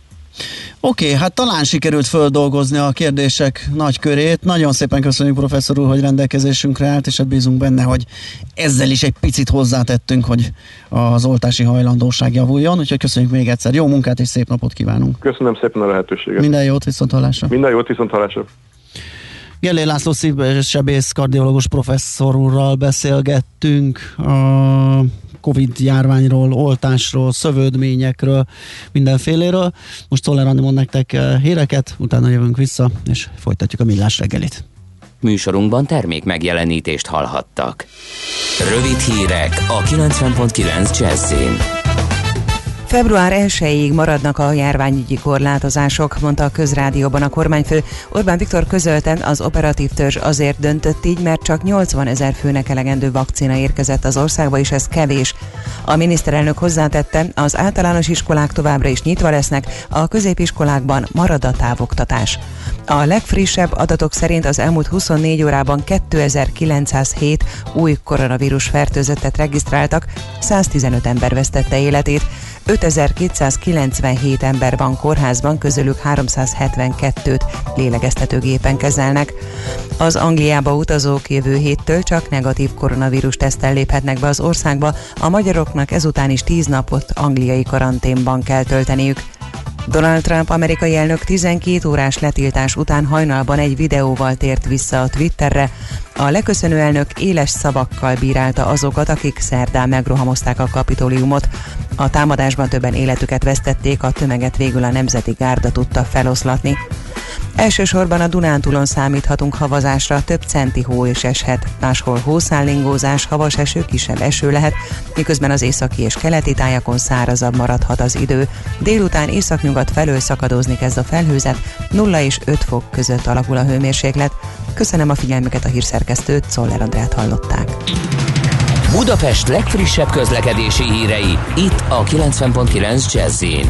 Oké, okay, hát talán sikerült földolgozni a kérdések nagy körét. Nagyon szépen köszönjük, professzor úr, hogy rendelkezésünkre állt, és hát bízunk benne, hogy ezzel is egy picit hozzátettünk, hogy az oltási hajlandóság javuljon. Úgyhogy köszönjük még egyszer. Jó munkát és szép napot kívánunk. Köszönöm szépen a lehetőséget. Minden jót, viszonthallásra. Minden jót, viszonthallásra. Gellé László szívsebész kardiológus professzor úrral beszélgettünk a Covid járványról, oltásról, szövődményekről, mindenféléről. Most Czoller Andi mond nektek híreket, utána jövünk vissza, és folytatjuk a Millás reggelit. Műsorunkban termék megjelenítést hallhattak. Rövid hírek a kilencven pont kilenc Jazzin. Február elsejéig maradnak a járványügyi korlátozások, mondta a Közrádióban a kormányfő. Orbán Viktor közölte, az operatív törzs azért döntött így, mert csak nyolcvanezer főnek elegendő vakcina érkezett az országba, és ez kevés. A miniszterelnök hozzátette, az általános iskolák továbbra is nyitva lesznek, a középiskolákban marad a távoktatás. A legfrissebb adatok szerint az elmúlt huszonnégy órában kétezer-kilencszázhét új koronavírus fertőzöttet regisztráltak, száztizenöt ember vesztette életét, ötezer-kétszázkilencvenhét ember van kórházban, közülük háromszázhetvenkettőt lélegeztetőgépen kezelnek. Az Angliába utazók jövő héttől csak negatív koronavírus teszttel léphetnek be az országba, a magyaroknak ezután is tíz napot angliai karanténban kell tölteniük. Donald Trump amerikai elnök tizenkét órás letiltás után hajnalban egy videóval tért vissza a Twitterre. A leköszönő elnök éles szavakkal bírálta azokat, akik szerdán megrohamozták a Kapitoliumot. A támadásban többen életüket vesztették, a tömeget végül a Nemzeti Gárda tudta feloszlatni. Elsősorban a Dunántúlon számíthatunk havazásra, több centi hó is eshet. Máshol hószállingózás, havas eső, kisebb eső lehet, miközben az északi és keleti tájakon szárazabb maradhat az idő. Délután északnyugat felől szakadozni kezd a felhőzet, nulla és öt fok között alakul a hőmérséklet. Köszönöm a figyelmüket, a hírszerkesztőt, Czoller Andrát hallották. Budapest legfrissebb közlekedési hírei, itt a kilencven pont kilenc Jazz-in.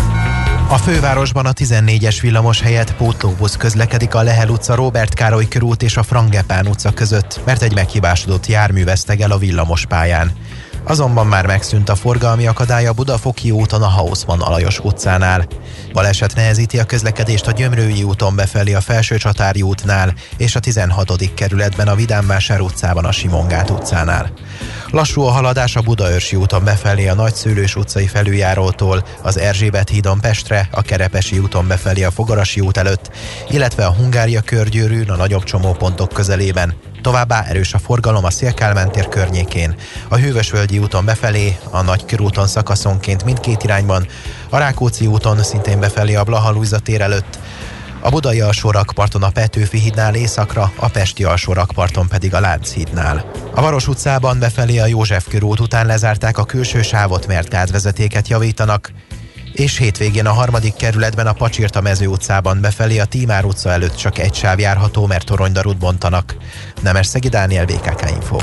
A fővárosban a tizennégyes villamos helyett pótlóbusz közlekedik a Lehel utca, Róbert Károly körút és a Frangepán utca között, mert egy meghibásodott jármű veszteg el a villamospályán. Azonban már megszűnt a forgalmi akadály a Budafoki úton a Haussmann Alajos utcánál. Baleset nehezíti a közlekedést a Gyömrői úton befelé a Felsőcsatári útnál és a tizenhatodik kerületben a Vidánvásár utcában a Simongát utcánál. Lassú a haladás a Budaörsi úton befelé a Nagyszőlős utcai felüljárótól, az Erzsébet hídon Pestre, a Kerepesi úton befelé a Fogarasi út előtt, illetve a Hungária körgyűrűn a nagyobb csomópontok közelében. Továbbá erős a forgalom a Széll-Kálmán tér környékén, a Hűvösvölgyi úton befelé, a Nagykörúton szakaszonként mindkét irányban, a Rákóczi úton szintén befelé a Blaha Lujza tér előtt, a Budai alsórakparton a Petőfi hídnál északra, a Pesti alsórakparton pedig a Lánchídnál. A Varos utcában befelé a József körút után lezárták a külső sávot, mert gázvezetéket javítanak, és hétvégén a harmadik kerületben a Pacsirta mező utcában befelé a Tímár utca előtt csak egy sáv járható, mert toronydarút bontanak. Nemesszegi Dániel, vé ká ká Info.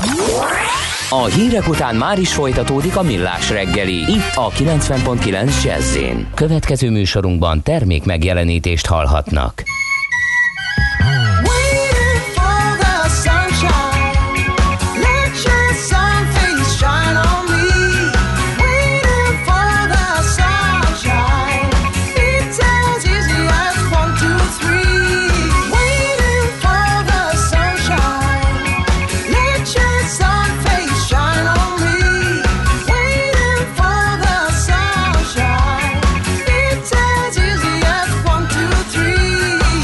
A hírek után már is folytatódik a Millás reggeli, itt a kilencven pont kilenc Jazz-in. Következő műsorunkban termék megjelenítést hallhatnak. One, two, three.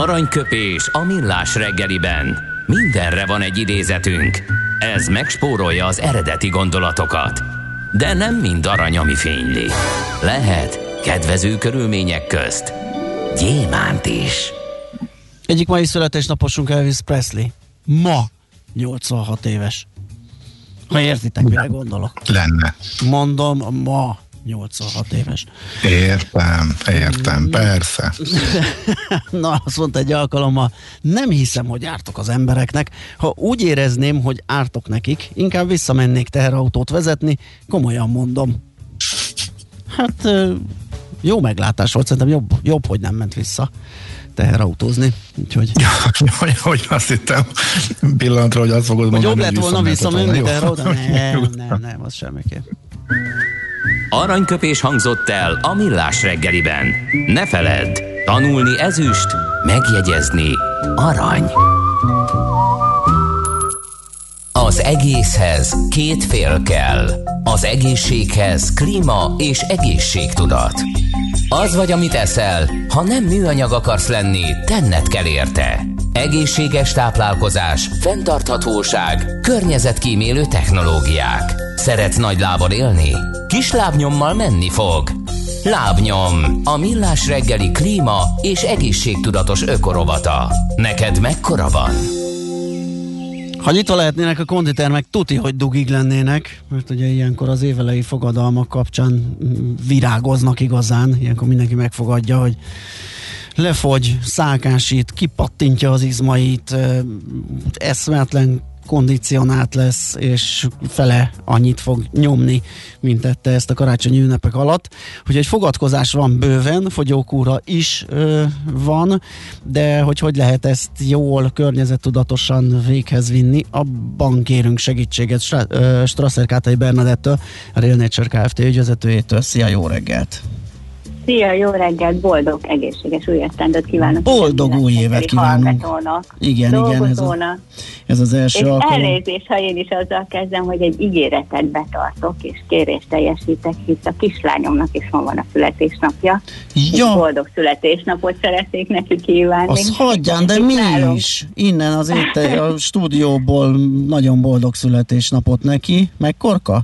Aranyköpés a millás reggeliben. Mindenre van egy idézetünk. Ez megspórolja az eredeti gondolatokat. De nem mind arany, ami fényli. Lehet kedvező körülmények közt gyémánt is. Egyik mai születésnaposunk Elvis Presley. Ma nyolcvanhat éves. Ha értitek, mire gondolok. Lenne. Mondom, ma nyolcvanhat éves. Értem, értem, persze. Na, azt mondta egy alkalommal, nem hiszem, hogy ártok az embereknek. Ha úgy érezném, hogy ártok nekik, inkább visszamennék teherautót vezetni, komolyan mondom. Hát jó meglátás volt, szerintem jobb, jobb hogy nem ment vissza teherautózni. Úgyhogy... Hogy, hogy azt hittem pillanatra, hogy azt fogod mondani, jobb lett volna visszamenni teherautózni? Nem, nem, nem, az semmiképp. Aranyköpés hangzott el a millás reggeliben. Ne feledd, tanulni ezüst, megjegyezni arany. Az egészhez két fél kell. Az egészséghez klíma és egészségtudat. Az vagy, amit eszel, ha nem műanyag akarsz lenni, tenned kell érte. Egészséges táplálkozás, fenntarthatóság, környezetkímélő technológiák. Szeretsz nagy lábon élni? Kis lábnyommal menni fog. Lábnyom, a millás reggeli klíma és egészségtudatos ökorovata. Neked mekkora van? Ha nyitva lehetnének a konditermek, tuti, hogy dugig lennének, mert ugye ilyenkor az évelei fogadalmak kapcsán virágoznak igazán, ilyenkor mindenki megfogadja, hogy lefogy, szálkásít, kipattintja az izmait, eszméletlen kondicionált lesz, és fele annyit fog nyomni, mint tette ezt a karácsonyi ünnepek alatt. Úgyhogy fogadkozás van bőven, fogyókúra is ö, van, de hogy hogy lehet ezt jól, környezettudatosan véghez vinni, abban kérünk segítséget Strasser Kátai Bernadettől, a Real Nature Kft. Ügyvezetőjétől. Szia, jó reggelt! Szia, jó reggelt, boldog, egészséges új esztendőt kívánok! Boldog új évet kívánunk! Igen, igen, ez, a, ez az első és alkalom. Elnézést, ha én is azzal kezdem, hogy egy ígéretet betartok, és kérést teljesítek, hisz a kislányomnak is ma van a születésnapja. Ja. Boldog születésnapot szeretnék neki kívánni. Azt hagyján, de mi nálunk is. Innen az éte, a stúdióból nagyon boldog születésnapot neki. Megkorka?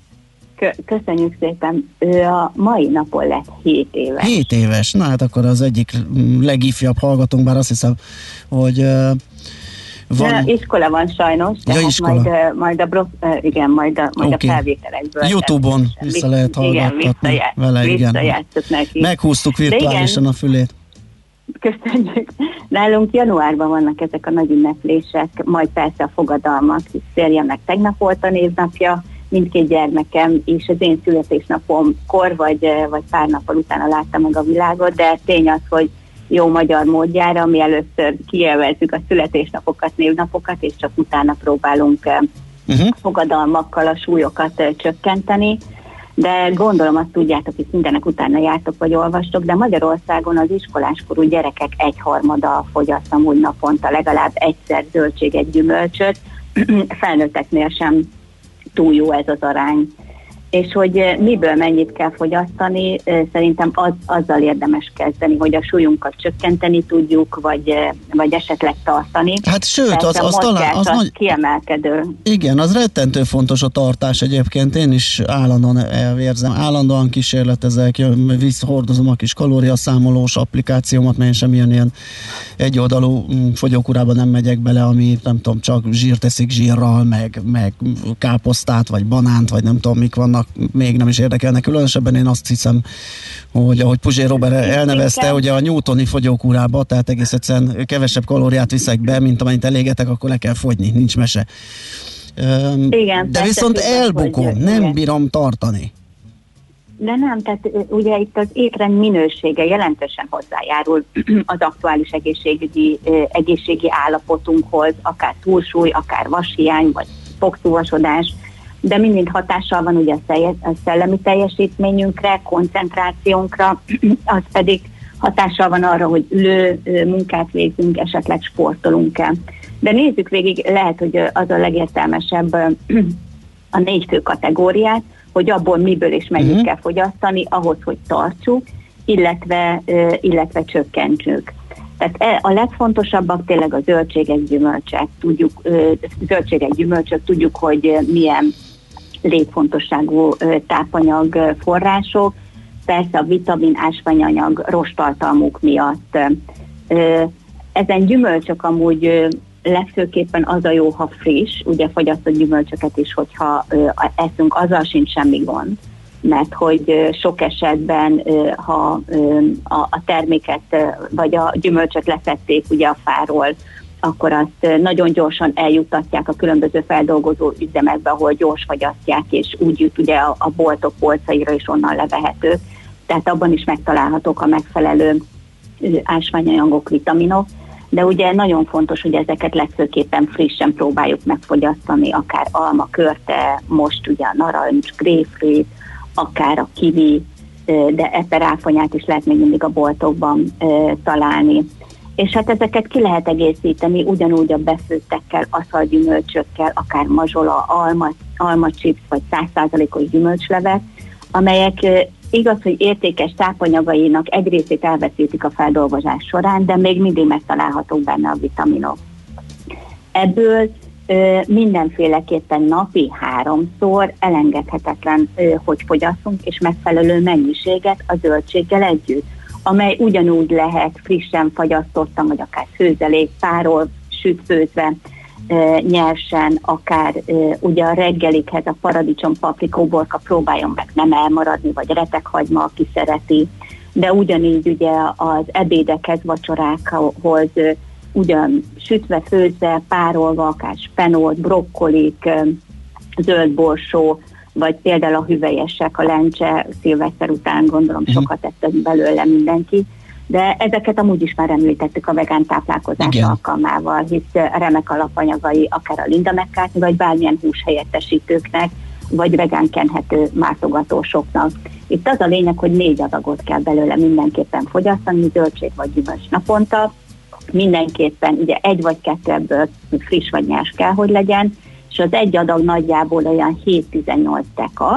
Köszönjük szépen. Ő a mai napon lett hét éves. hét éves. Na hát akkor az egyik legifjabb hallgatónk, bár azt hiszem, hogy uh, van... Ja, iskola van sajnos, de ja, hát iskola. majd, majd, a, bro, igen, majd, a, majd okay. a felvételekből. YouTube-on vissza lehet hallgattatni igen, vele. Igen. Neki. Meghúztuk virtuálisan a fülét. Köszönjük. Nálunk januárban vannak ezek a nagy ünneplések, majd persze a fogadalmak, hisz férjemnek tegnap volt a névnapja, mindkét gyermekem, és az én születésnapomkor, vagy, vagy pár nappal utána látta meg a világot, de tény az, hogy jó magyar módjára mi először kielvezzük a születésnapokat, névnapokat, és csak utána próbálunk uh-huh. fogadalmakkal a súlyokat csökkenteni. De gondolom azt tudjátok, hogy mindenek utána jártok vagy olvastok, de Magyarországon az iskoláskorú gyerekek egyharmada fogyaszt amúgy naponta legalább egyszer zöldséget, gyümölcsöt, felnőtteknél sem túl jó ez az arány. És hogy miből mennyit kell fogyasztani, szerintem az, azzal érdemes kezdeni, hogy a súlyunkat csökkenteni tudjuk, vagy, vagy esetleg tartani. Hát sőt, az, az talán az, az nagy... kiemelkedő. Igen, az rettentő fontos a tartás egyébként. Én is állandóan elvérzem, állandóan kísérletezek, visszahordozom a kis kalóriaszámolós applikációmat, mert én semmilyen ilyen egyoldalú fogyókúrában nem megyek bele, ami nem tudom, csak zsírt teszik zsírral, meg, meg káposztát, vagy banánt, vagy nem tudom, mik vannak, még nem is érdekelnek. Különösebben én azt hiszem, hogy ahogy Puzsér Robert elnevezte, hogy a newtoni fogyókúrába, tehát egész egyszerűen kevesebb kalóriát viszek be, mint amennyit elégetek, akkor le kell fogyni, nincs mese. Igen, de viszont elbukom, hogy, nem igen. bírom tartani. De nem, tehát ugye itt az étrend minősége jelentősen hozzájárul az aktuális egészségügyi, egészségi állapotunkhoz, akár túlsúly, akár vashiány, vagy fogszúvasodás, de mind hatással van ugye a szellemi teljesítményünkre, koncentrációnkra, az pedig hatással van arra, hogy ülő munkát végzünk, esetleg sportolunk-e. De nézzük végig, lehet, hogy az a legértelmesebb a négy fő kategóriát, hogy abból miből és mennyit uh-huh. kell fogyasztani, ahhoz, hogy tartsuk, illetve, illetve csökkentsük. Tehát a legfontosabbak tényleg a zöldségek, gyümölcsek. Tudjuk, zöldségek, gyümölcsök, tudjuk, hogy milyen létfontosságú tápanyag források. Persze a vitamin, ásványanyag rosttartalmuk miatt. Ezen gyümölcsök amúgy legfőképpen az a jó, ha friss, ugye fagyasztott gyümölcsöket is, hogyha eszünk, azzal sincs semmi gond, mert hogy sok esetben, ha a terméket vagy a gyümölcsöt leszedték ugye a fáról, akkor azt nagyon gyorsan eljuttatják a különböző feldolgozó üzemekbe, ahol gyors fagyasztják, és úgy jut ugye a, a boltok polcaira is onnan levehető. Tehát abban is megtalálhatók a megfelelő ásványanyagok, vitaminok, de ugye nagyon fontos, hogy ezeket legfőképpen frissen próbáljuk megfogyasztani, akár alma, körte, most ugye a narancs, grapefruit, akár a kiwi, de eperáfonyát is lehet még mindig a boltokban találni. És hát ezeket ki lehet egészíteni ugyanúgy a befőttekkel, aszalgyümölcsökkel, akár mazsola, alma, alma chips vagy száz százalékos gyümölcslevet, amelyek igaz, hogy értékes tápanyagainak egy részét elveszítik a feldolgozás során, de még mindig megtalálhatók benne a vitaminok. Ebből ö, mindenféleképpen napi háromszor elengedhetetlen, ö, hogy fogyasszunk, és megfelelő mennyiséget a zöldséggel együtt, amely ugyanúgy lehet frissen fagyasztottan, vagy akár főzelék, párol, sütfőzve, nyersen, akár ugye a reggelikhez a paradicsom, paprika, uborka próbáljon meg nem elmaradni, vagy retekhagyma, aki szereti, de ugyanígy ugye az ebédekhez, vacsorákhoz ugyan sütve, főzve, párolva, akár spenót, brokkolik, zöldborsó, vagy például a hüvelyesek, a lencse, szilveszter után gondolom sokat tettek belőle mindenki, de ezeket amúgy is már említettük a vegán táplálkozás Igen. alkalmával, hisz remek alapanyagai akár a Linda McCartney, vagy bármilyen húshelyettesítőknek, vagy vegán kenhető mártogatósoknak. Itt az a lényeg, hogy négy adagot kell belőle mindenképpen fogyasztani, zöldség vagy gyümölcs naponta, mindenképpen ugye egy vagy kettő ebből friss vagy nyers kell, hogy legyen, és az egy adag nagyjából olyan hét-tizennyolc deka.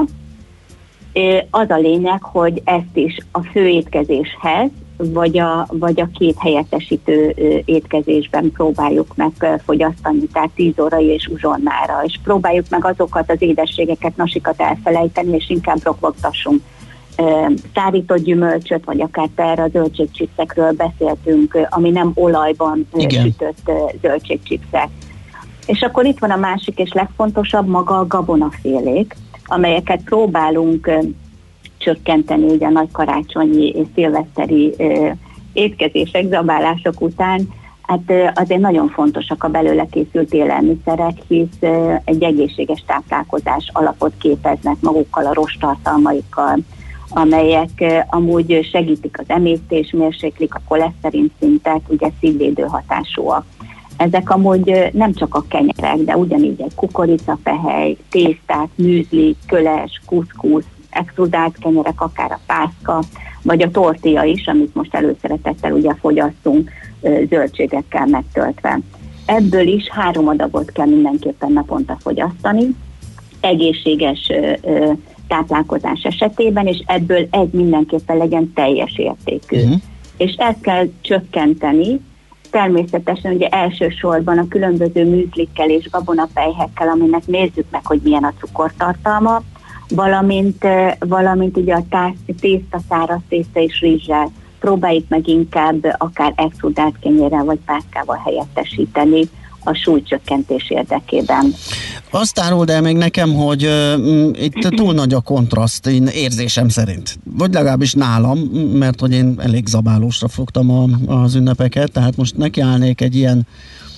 Az a lényeg, hogy ezt is a főétkezéshez, vagy a, vagy a két helyettesítő étkezésben próbáljuk meg fogyasztani, tehát tíz órai és uzsonnára, és próbáljuk meg azokat az édességeket, nasikat elfelejteni, és inkább rokogtassunk. Szárított gyümölcsöt, vagy akár erre a zöldségchipszekről beszéltünk, ami nem olajban Igen. sütött zöldségchipszek. És akkor itt van a másik és legfontosabb, maga a gabonafélék, amelyeket próbálunk csökkenteni ugye a nagy karácsonyi és szilveszteri ö, étkezések, zabálások után. Hát ö, azért nagyon fontosak a belőle készült élelmiszerek, hisz ö, egy egészséges táplálkozás alapot képeznek magukkal, a rosttartalmaikkal, amelyek ö, amúgy segítik az emésztés, mérséklik a koleszterin szintet, ugye szívvédő hatásúak. Ezek amúgy nem csak a kenyerek, de ugyanígy egy kukoricapehely, tészták, műzli, köles, kuszkusz, extrudált kenyerek, akár a pászka, vagy a tortilla is, amit most előszeretettel ugye fogyasztunk zöldségekkel megtöltve. Ebből is három adagot kell mindenképpen naponta fogyasztani, egészséges ö, táplálkozás esetében, és ebből egy mindenképpen legyen teljes értékű. Uh-huh. És ezt kell csökkenteni, természetesen ugye elsősorban a különböző műzlikkel és gabonapelyhekkel, aminek nézzük meg, hogy milyen a cukortartalma, valamint, valamint ugye a tász, tészta, száraz tészta és rizssel próbáljuk meg inkább akár extrudált kenyérrel vagy pászkával helyettesíteni a súlycsökkentés érdekében. Azt áruld el még nekem, hogy uh, itt túl nagy a kontraszt, én érzésem szerint. Vagy legalábbis nálam, mert hogy én elég zabálósra fogtam a, az ünnepeket, tehát most nekiállnék egy ilyen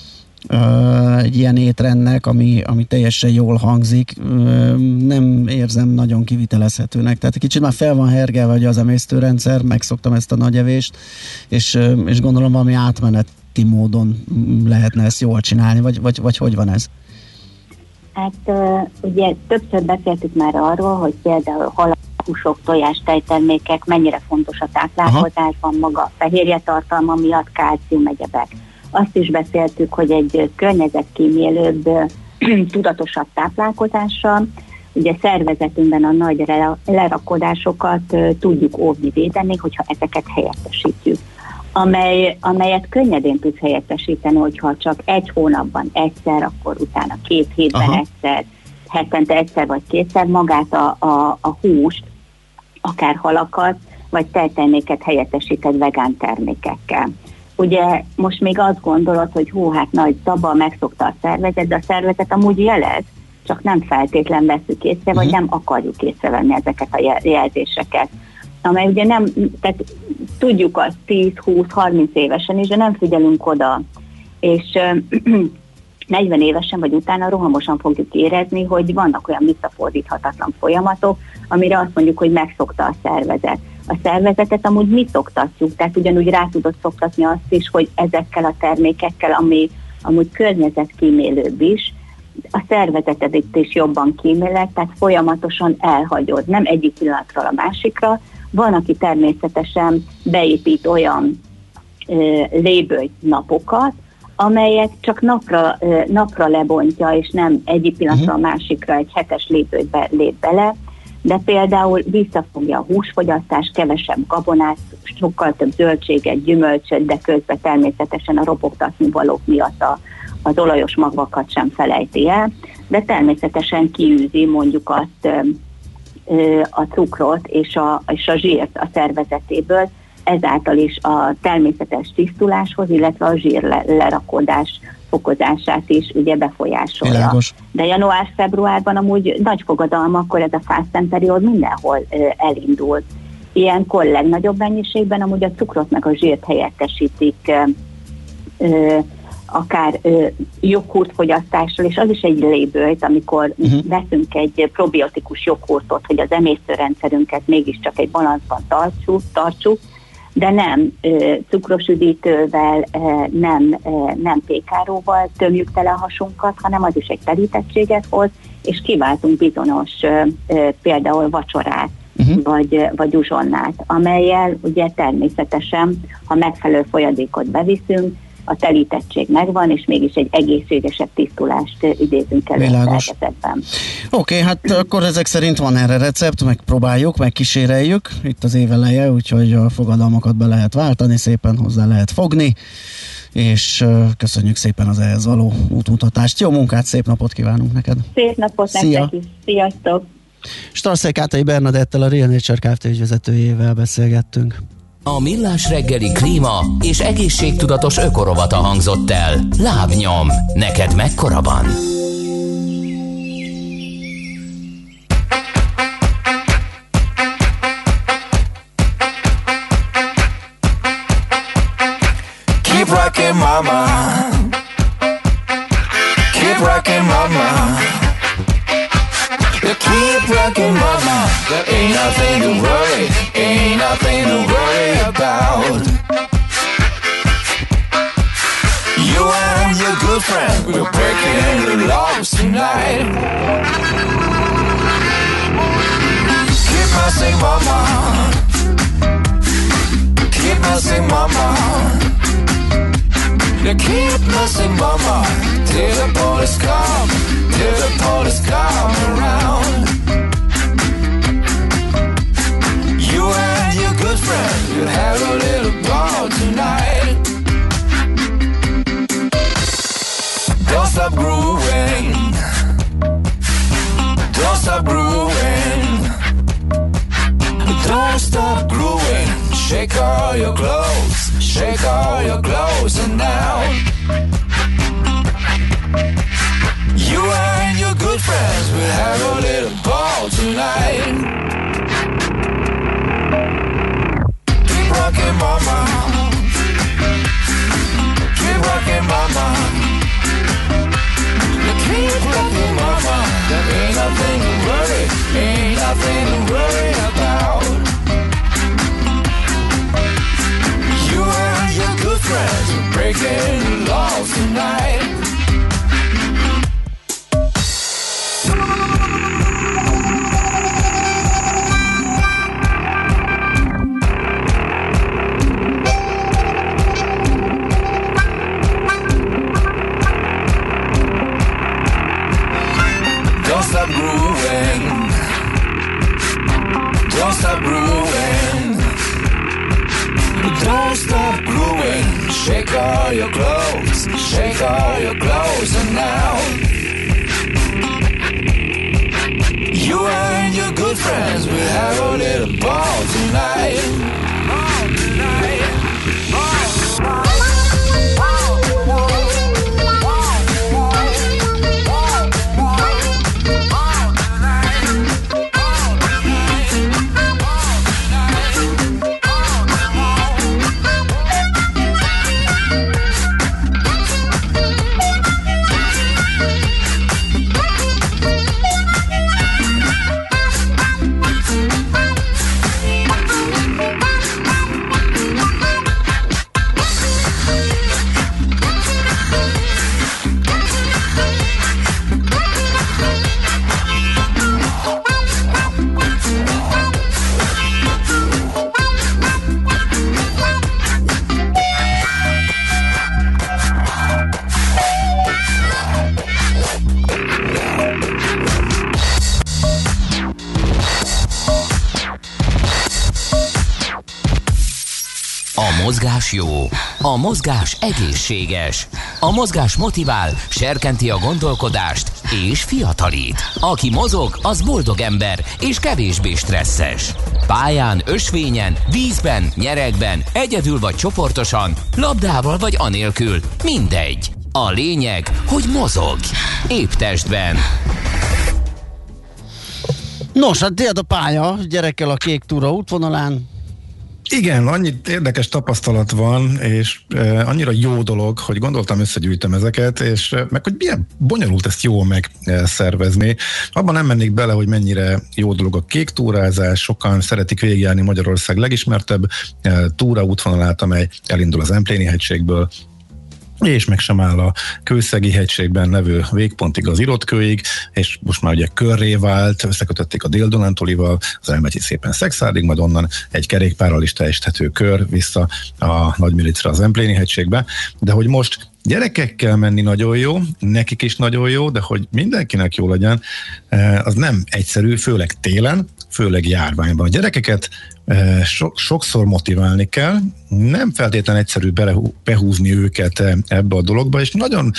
Uh, egy ilyen étrendnek, ami, ami teljesen jól hangzik, uh, nem érzem nagyon kivitelezhetőnek. Tehát kicsit már fel van hergelve hogy az emésztőrendszer, megszoktam ezt a nagy evést, és, uh, és gondolom valami átmeneti módon lehetne ezt jól csinálni, vagy, vagy, vagy hogy van ez? Hát uh, ugye többször beszéltük már arról, hogy például hal, húsok, tojás, tejtermékek mennyire fontos a táplálkozásban, maga a fehérje tartalma miatt, kálcium, egyebek. Azt is beszéltük, hogy egy környezetkímélőbb, tudatosabb táplálkozással, ugye szervezetünkben a nagy lerakodásokat tudjuk óvni, védeni, hogyha ezeket helyettesítjük. amely, amelyet könnyedén tudsz helyettesíteni, hogyha csak egy hónapban egyszer, akkor utána két hétben Aha. egyszer, hetente egyszer vagy kétszer magát a, a, a húst, akár halakat, vagy tejterméket helyettesíted vegán termékekkel. Ugye most még azt gondolod, hogy hú, hát nagy taba, megszokta a szervezet, de a szervezet amúgy jelez, csak nem feltétlen veszük észre, uh-huh. vagy nem akarjuk észrevenni ezeket a jelzéseket. Amely ugye nem, tehát tudjuk azt tíz, húsz, harminc évesen is, de nem figyelünk oda. És negyven évesen vagy utána rohamosan fogjuk érezni, hogy vannak olyan visszafordíthatatlan folyamatok, amire azt mondjuk, hogy megszokta a szervezet. A szervezetet amúgy mi szoktatjuk, tehát ugyanúgy rá tudod szoktatni azt is, hogy ezekkel a termékekkel, ami amúgy környezetkímélőbb is, a szervezetedet is jobban kíméled, tehát folyamatosan elhagyod, nem egyik pillanatról a másikra. Van, aki természetesen beépít olyan ö, lébőjt napokat, amelyet csak napra, ö, napra lebontja, és nem egyik pillanatról a másikra egy hetes lépőt lép bele, de például visszafogja a húsfogyasztás, kevesebb gabonát, sokkal több zöldséget, gyümölcsöt, de közben természetesen a ropogtatni valók miatt a, az olajos magvakat sem felejti el, de természetesen kiűzi mondjuk azt ö, a cukrot és a, és a zsírt a szervezetéből, ezáltal is a természetes tisztuláshoz, illetve a zsír lerakódás fokozását is ugye befolyásolja. Világos. De január-februárban amúgy nagy fogadalmakkor ez a fasting periód mindenhol ö, elindul. Ilyenkor legnagyobb mennyiségben amúgy a cukrot meg a zsírt helyettesítik ö, ö, akár ö, joghurtfogyasztással, és az is egy lébőjt, amikor uh-huh. veszünk egy probiotikus joghurtot, hogy az emésztőrendszerünket mégiscsak egy balanszban tartsuk, tartsuk, de nem ö, cukros üdítővel, ö, nem, ö, nem pékáróval tömjük tele a hasunkat, hanem az is egy telítettséget hoz, és kiváltunk bizonyos ö, ö, például vacsorát, uh-huh. vagy, vagy uzsonnát, amellyel ugye természetesen, ha megfelelő folyadékot beviszünk, a telítettség megvan, és mégis egy egészségesebb tisztulást idézünk elő a szervezetben. Oké, okay, hát akkor ezek szerint van erre recept, megpróbáljuk, megkíséreljük. Itt az év eleje, úgyhogy a fogadalmakat be lehet váltani, szépen hozzá lehet fogni, és köszönjük szépen az ehhez való útmutatást. Jó munkát, szép napot kívánunk neked! Szép napot Szia. Nektek is! Sziasztok! Starszai Kátai Bernadettel, a Real Nature Kft. Ügyvezetőjével beszélgettünk. A Millás reggeli klíma és egészségtudatos ökorovata hangzott el. Lábnyom, neked mekkora van? Keep rocking, mama. Keep rocking, mama. You keep rocking, mama. There ain't nothing to worry, ain't nothing to worry about. You and your good friend, we're breaking the laws tonight. Keep messing, mama. Keep messing, mama. You keep messing, mama. Till the police come, till the police come around. You and your good friend, you'll have a little ball tonight. Don't stop grooving. Don't stop grooving. Don't stop grooving. Shake all your clothes. Shake all your clothes and now. You and your good friends will have a little ball tonight. Keep rocking, mama. Keep rocking, mama. You keep rocking, mama. There ain't nothing to worry, ain't nothing to worry about. You and your good friends are breaking the laws tonight. Don't stop grooving. Don't stop grooving. Don't stop grooving. Shake all your clothes, shake all your clothes, and now you and your good friends will have a little ball tonight. Ball tonight. Ball, ball. A mozgás jó, a mozgás egészséges, a mozgás motivál, serkenti a gondolkodást és fiatalít. Aki mozog, az boldog ember és kevésbé stresszes. Pályán, ösvényen, vízben, nyeregben, egyedül vagy csoportosan, labdával vagy anélkül, mindegy. A lényeg, hogy mozog. Épp testben. Nos, hát tiéd a pálya, gyerekkel a Kék Túra útvonalán. Igen, annyi érdekes tapasztalat van, és e, annyira jó dolog, hogy gondoltam, összegyűjtöm ezeket, és e, meg hogy milyen bonyolult ezt jól megszervezni. Abban nem mennék bele, hogy mennyire jó dolog a kék túrázás, sokan szeretik végigjárni Magyarország legismertebb e, túra útvonalát, amely elindul az Empléni hegységből, és meg sem áll a Kőszegi hegységben levő végpontig az Irotkőig, és most már ugye körré vált, összekötötték a Dél-Dunántúlival, az elmegy szépen Szekszárdig, majd onnan egy kerékpárral is teljesíthető kör vissza a Nagymilicre, az Empléni hegységbe, de hogy most gyerekekkel menni nagyon jó, nekik is nagyon jó, de hogy mindenkinek jó legyen, az nem egyszerű, főleg télen, főleg járványban. A gyerekeket so, sokszor motiválni kell, nem feltétlenül egyszerű behúzni őket ebbe a dologba, és nagyon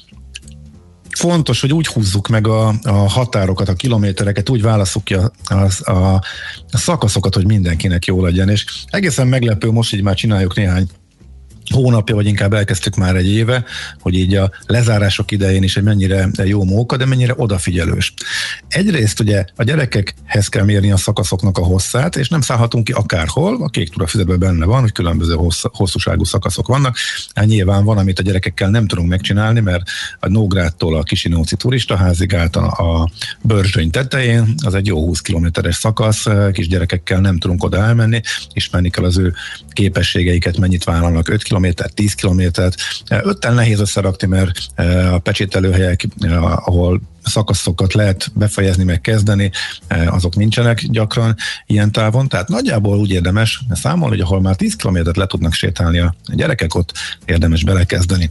fontos, hogy úgy húzzuk meg a, a határokat, a kilométereket, úgy válasszuk ki a, a, a, a szakaszokat, hogy mindenkinek jó legyen, és egészen meglepő most, hogy már csináljuk néhány hónapja, vagy inkább elkezdtük már egy éve, hogy így a lezárások idején is egy mennyire jó móka, de mennyire odafigyelős. Egyrészt ugye a gyerekekhez kell mérni a szakaszoknak a hosszát, és nem szállhatunk ki akárhol, a Kék Túra füzetben benne van, hogy különböző hossz, hosszúságú szakaszok vannak. Hát nyilván van, amit a gyerekekkel nem tudunk megcsinálni, mert a Nógrádtól a Kisinóci turistaházig át a Börzsöny tetején, az egy jó húsz kilométeres szakasz, kisgyerekekkel nem tudunk oda elmenni, ismerni kell az ő képességeiket, mennyit vállalnak, öt kilométer, tíz kilométert. Öttel nehéz összerakni, mert a pecsételőhelyek, ahol szakaszokat lehet befejezni, meg kezdeni, azok nincsenek gyakran ilyen távon. Tehát nagyjából úgy érdemes számolni, hogy ahol már tíz kilométert le tudnak sétálni a gyerekek, ott érdemes belekezdeni.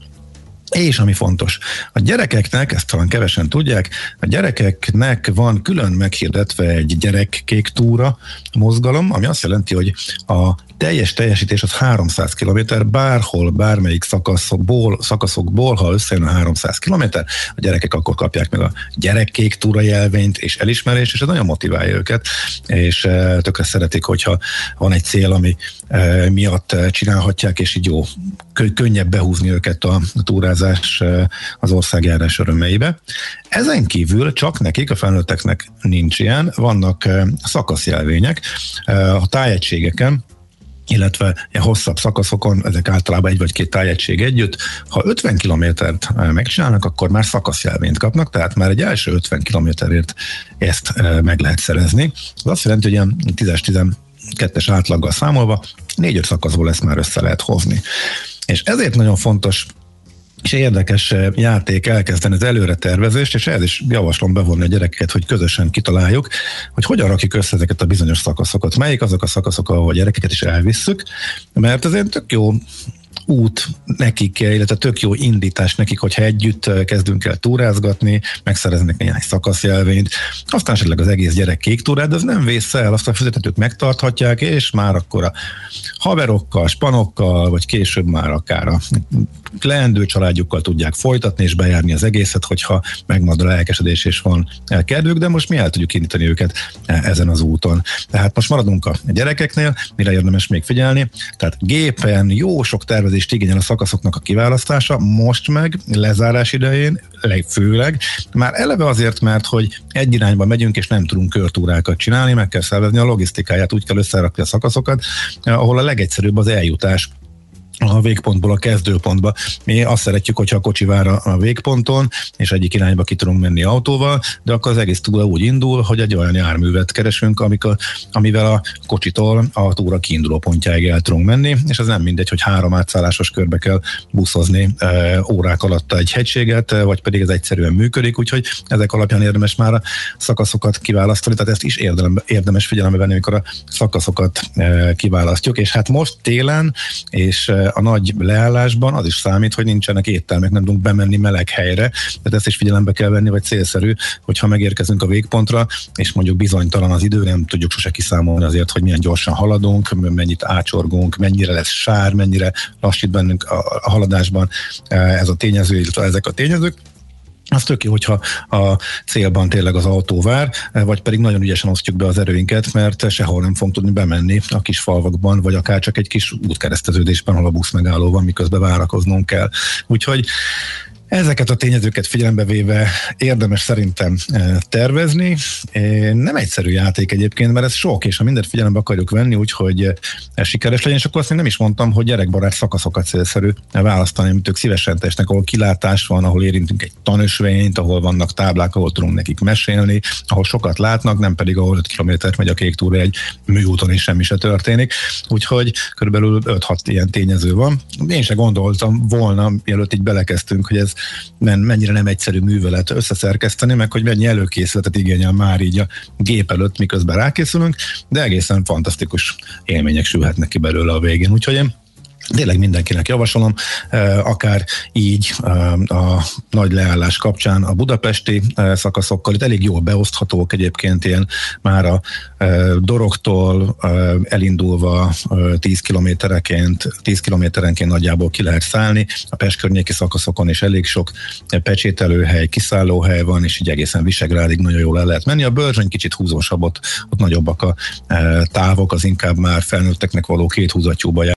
És ami fontos, a gyerekeknek, ezt talán kevesen tudják, a gyerekeknek van külön meghirdetve egy gyerekkék túra mozgalom, ami azt jelenti, hogy a teljes teljesítés az háromszáz kilométer, bárhol, bármelyik szakaszokból, szakaszokból, ha összejön a háromszáz kilométer, a gyerekek akkor kapják meg a gyerekkék túra jelvényt és elismerést, és ez nagyon motiválja őket, és e, tökre szeretik, hogyha van egy cél, ami e, miatt csinálhatják, és így jó, kö, könnyebb behúzni őket a túrázás e, az országjárás örömeibe. Ezen kívül csak nekik, a felnőtteknek nincs ilyen, vannak e, szakaszjelvények e, a tájegységeken, illetve ilyen hosszabb szakaszokon, ezek általában egy vagy két tájegység együtt. Ha ötven kilométert megcsinálnak, akkor már szakaszjelvényt kapnak, tehát már egy első ötven kilométerért ezt meg lehet szerezni. Ez azt jelenti, hogy ilyen tízes-tizenkettes átlaggal számolva négy-öt szakaszból ezt már össze lehet hozni. És ezért nagyon fontos és érdekes játék elkezdeni az előre tervezést, és ehhez is javaslom bevonni a gyerekeket, hogy közösen kitaláljuk, hogy hogyan rakjuk össze ezeket a bizonyos szakaszokat. Melyik azok a szakaszok, ahol a gyerekeket is elvisszük, mert ezért tök jó út nekik, illetve tök jó indítás nekik, hogyha együtt kezdünk el túrázgatni, megszereznek néhány szakaszjelvényt, aztán esetleg az egész gyerek kék túrát, de az nem vész el, azt a fizetők megtarthatják, és már akkor a haverokkal, spanokkal, vagy később már akár a leendő családjukkal tudják folytatni és bejárni az egészet, hogyha megmarad a lelkesedés és van kedvük, de most mi el tudjuk indítani őket ezen az úton. Tehát most maradunk a gyerekeknél, mire érdemes még figyelni. Tehát gépen jó sok tervezést igényel a szakaszoknak a kiválasztása, most meg lezárás idején, főleg, már eleve azért, mert hogy egy irányba megyünk, és nem tudunk körtúrákat csinálni, meg kell szervezni a logisztikáját, úgy kell összerakni a szakaszokat, ahol a legegyszerűbb az eljutás a végpontból a kezdőpontba. Mi azt szeretjük, hogyha a kocsi vár a végponton, és egyik irányba ki tudunk menni autóval, de akkor az egész túra úgy indul, hogy egy olyan járművet keresünk, amikor, amivel a kocsitól a túra kiinduló pontjáig el tudunk menni, és ez nem mindegy, hogy három átszállásos körbe kell buszozni e, órák alatt egy hegységet, vagy pedig ez egyszerűen működik, úgyhogy ezek alapján érdemes már a szakaszokat kiválasztani, tehát ezt is érdelembe, érdemes figyelembe venni, amikor a szakaszokat e, kiválasztjuk, és hát most télen, és a nagy leállásban az is számít, hogy nincsenek éttermek, nem tudunk bemenni meleg helyre, tehát ezt is figyelembe kell venni, vagy célszerű, hogyha megérkezünk a végpontra, és mondjuk bizonytalan az idő, nem tudjuk sose kiszámolni azért, hogy milyen gyorsan haladunk, mennyit ácsorgunk, mennyire lesz sár, mennyire lassít bennünk a haladásban ez a tényező, illetve ezek a tényezők. Az tök jó, hogyha a célban tényleg az autó vár, vagy pedig nagyon ügyesen osztjuk be az erőinket, mert sehol nem fogunk tudni bemenni a kis falvakban, vagy akár csak egy kis útkereszteződésben, ahol a busz megálló van, miközben várakoznunk kell. Úgyhogy ezeket a tényezőket figyelembe véve érdemes szerintem tervezni. Nem egyszerű játék egyébként, mert ez sok, és ha mindent figyelembe akarjuk venni, úgyhogy sikeres legyen, és akkor azt még nem is mondtam, hogy gyerekbarát szakaszokat célszerű választani, amit ők szívesen tesznek, ahol kilátás van, ahol érintünk egy tanösvényt, ahol vannak táblák, ahol tudunk nekik mesélni, ahol sokat látnak, nem pedig ahol öt kilométert megy a kék túra egy műúton, és semmi se történik. Úgyhogy körülbelül öt-hat ilyen tényező van. Én se gondoltam volna, mielőtt így belekezdtünk, hogy ez mennyire nem egyszerű művelet összeszerkeszteni, meg hogy mennyi előkészületet igényel már így a gép előtt, miközben rákészülünk, de egészen fantasztikus élmények sülhetnek ki belőle a végén. Úgyhogy én tényleg mindenkinek javasolom, akár így a nagy leállás kapcsán a budapesti szakaszokkal, itt elég jól beoszthatók egyébként ilyen már a Dorogtól elindulva tíz kilométerenként, tíz kilométerenként nagyjából ki lehet szállni, a Pest környéki szakaszokon is elég sok pecsételőhely, kiszállóhely van, és így egészen Visegrádig nagyon jól el lehet menni. A Börzsöny kicsit húzósabb, ott, ott nagyobbak a távok, az inkább már felnőtteknek való két húzattyúba jár.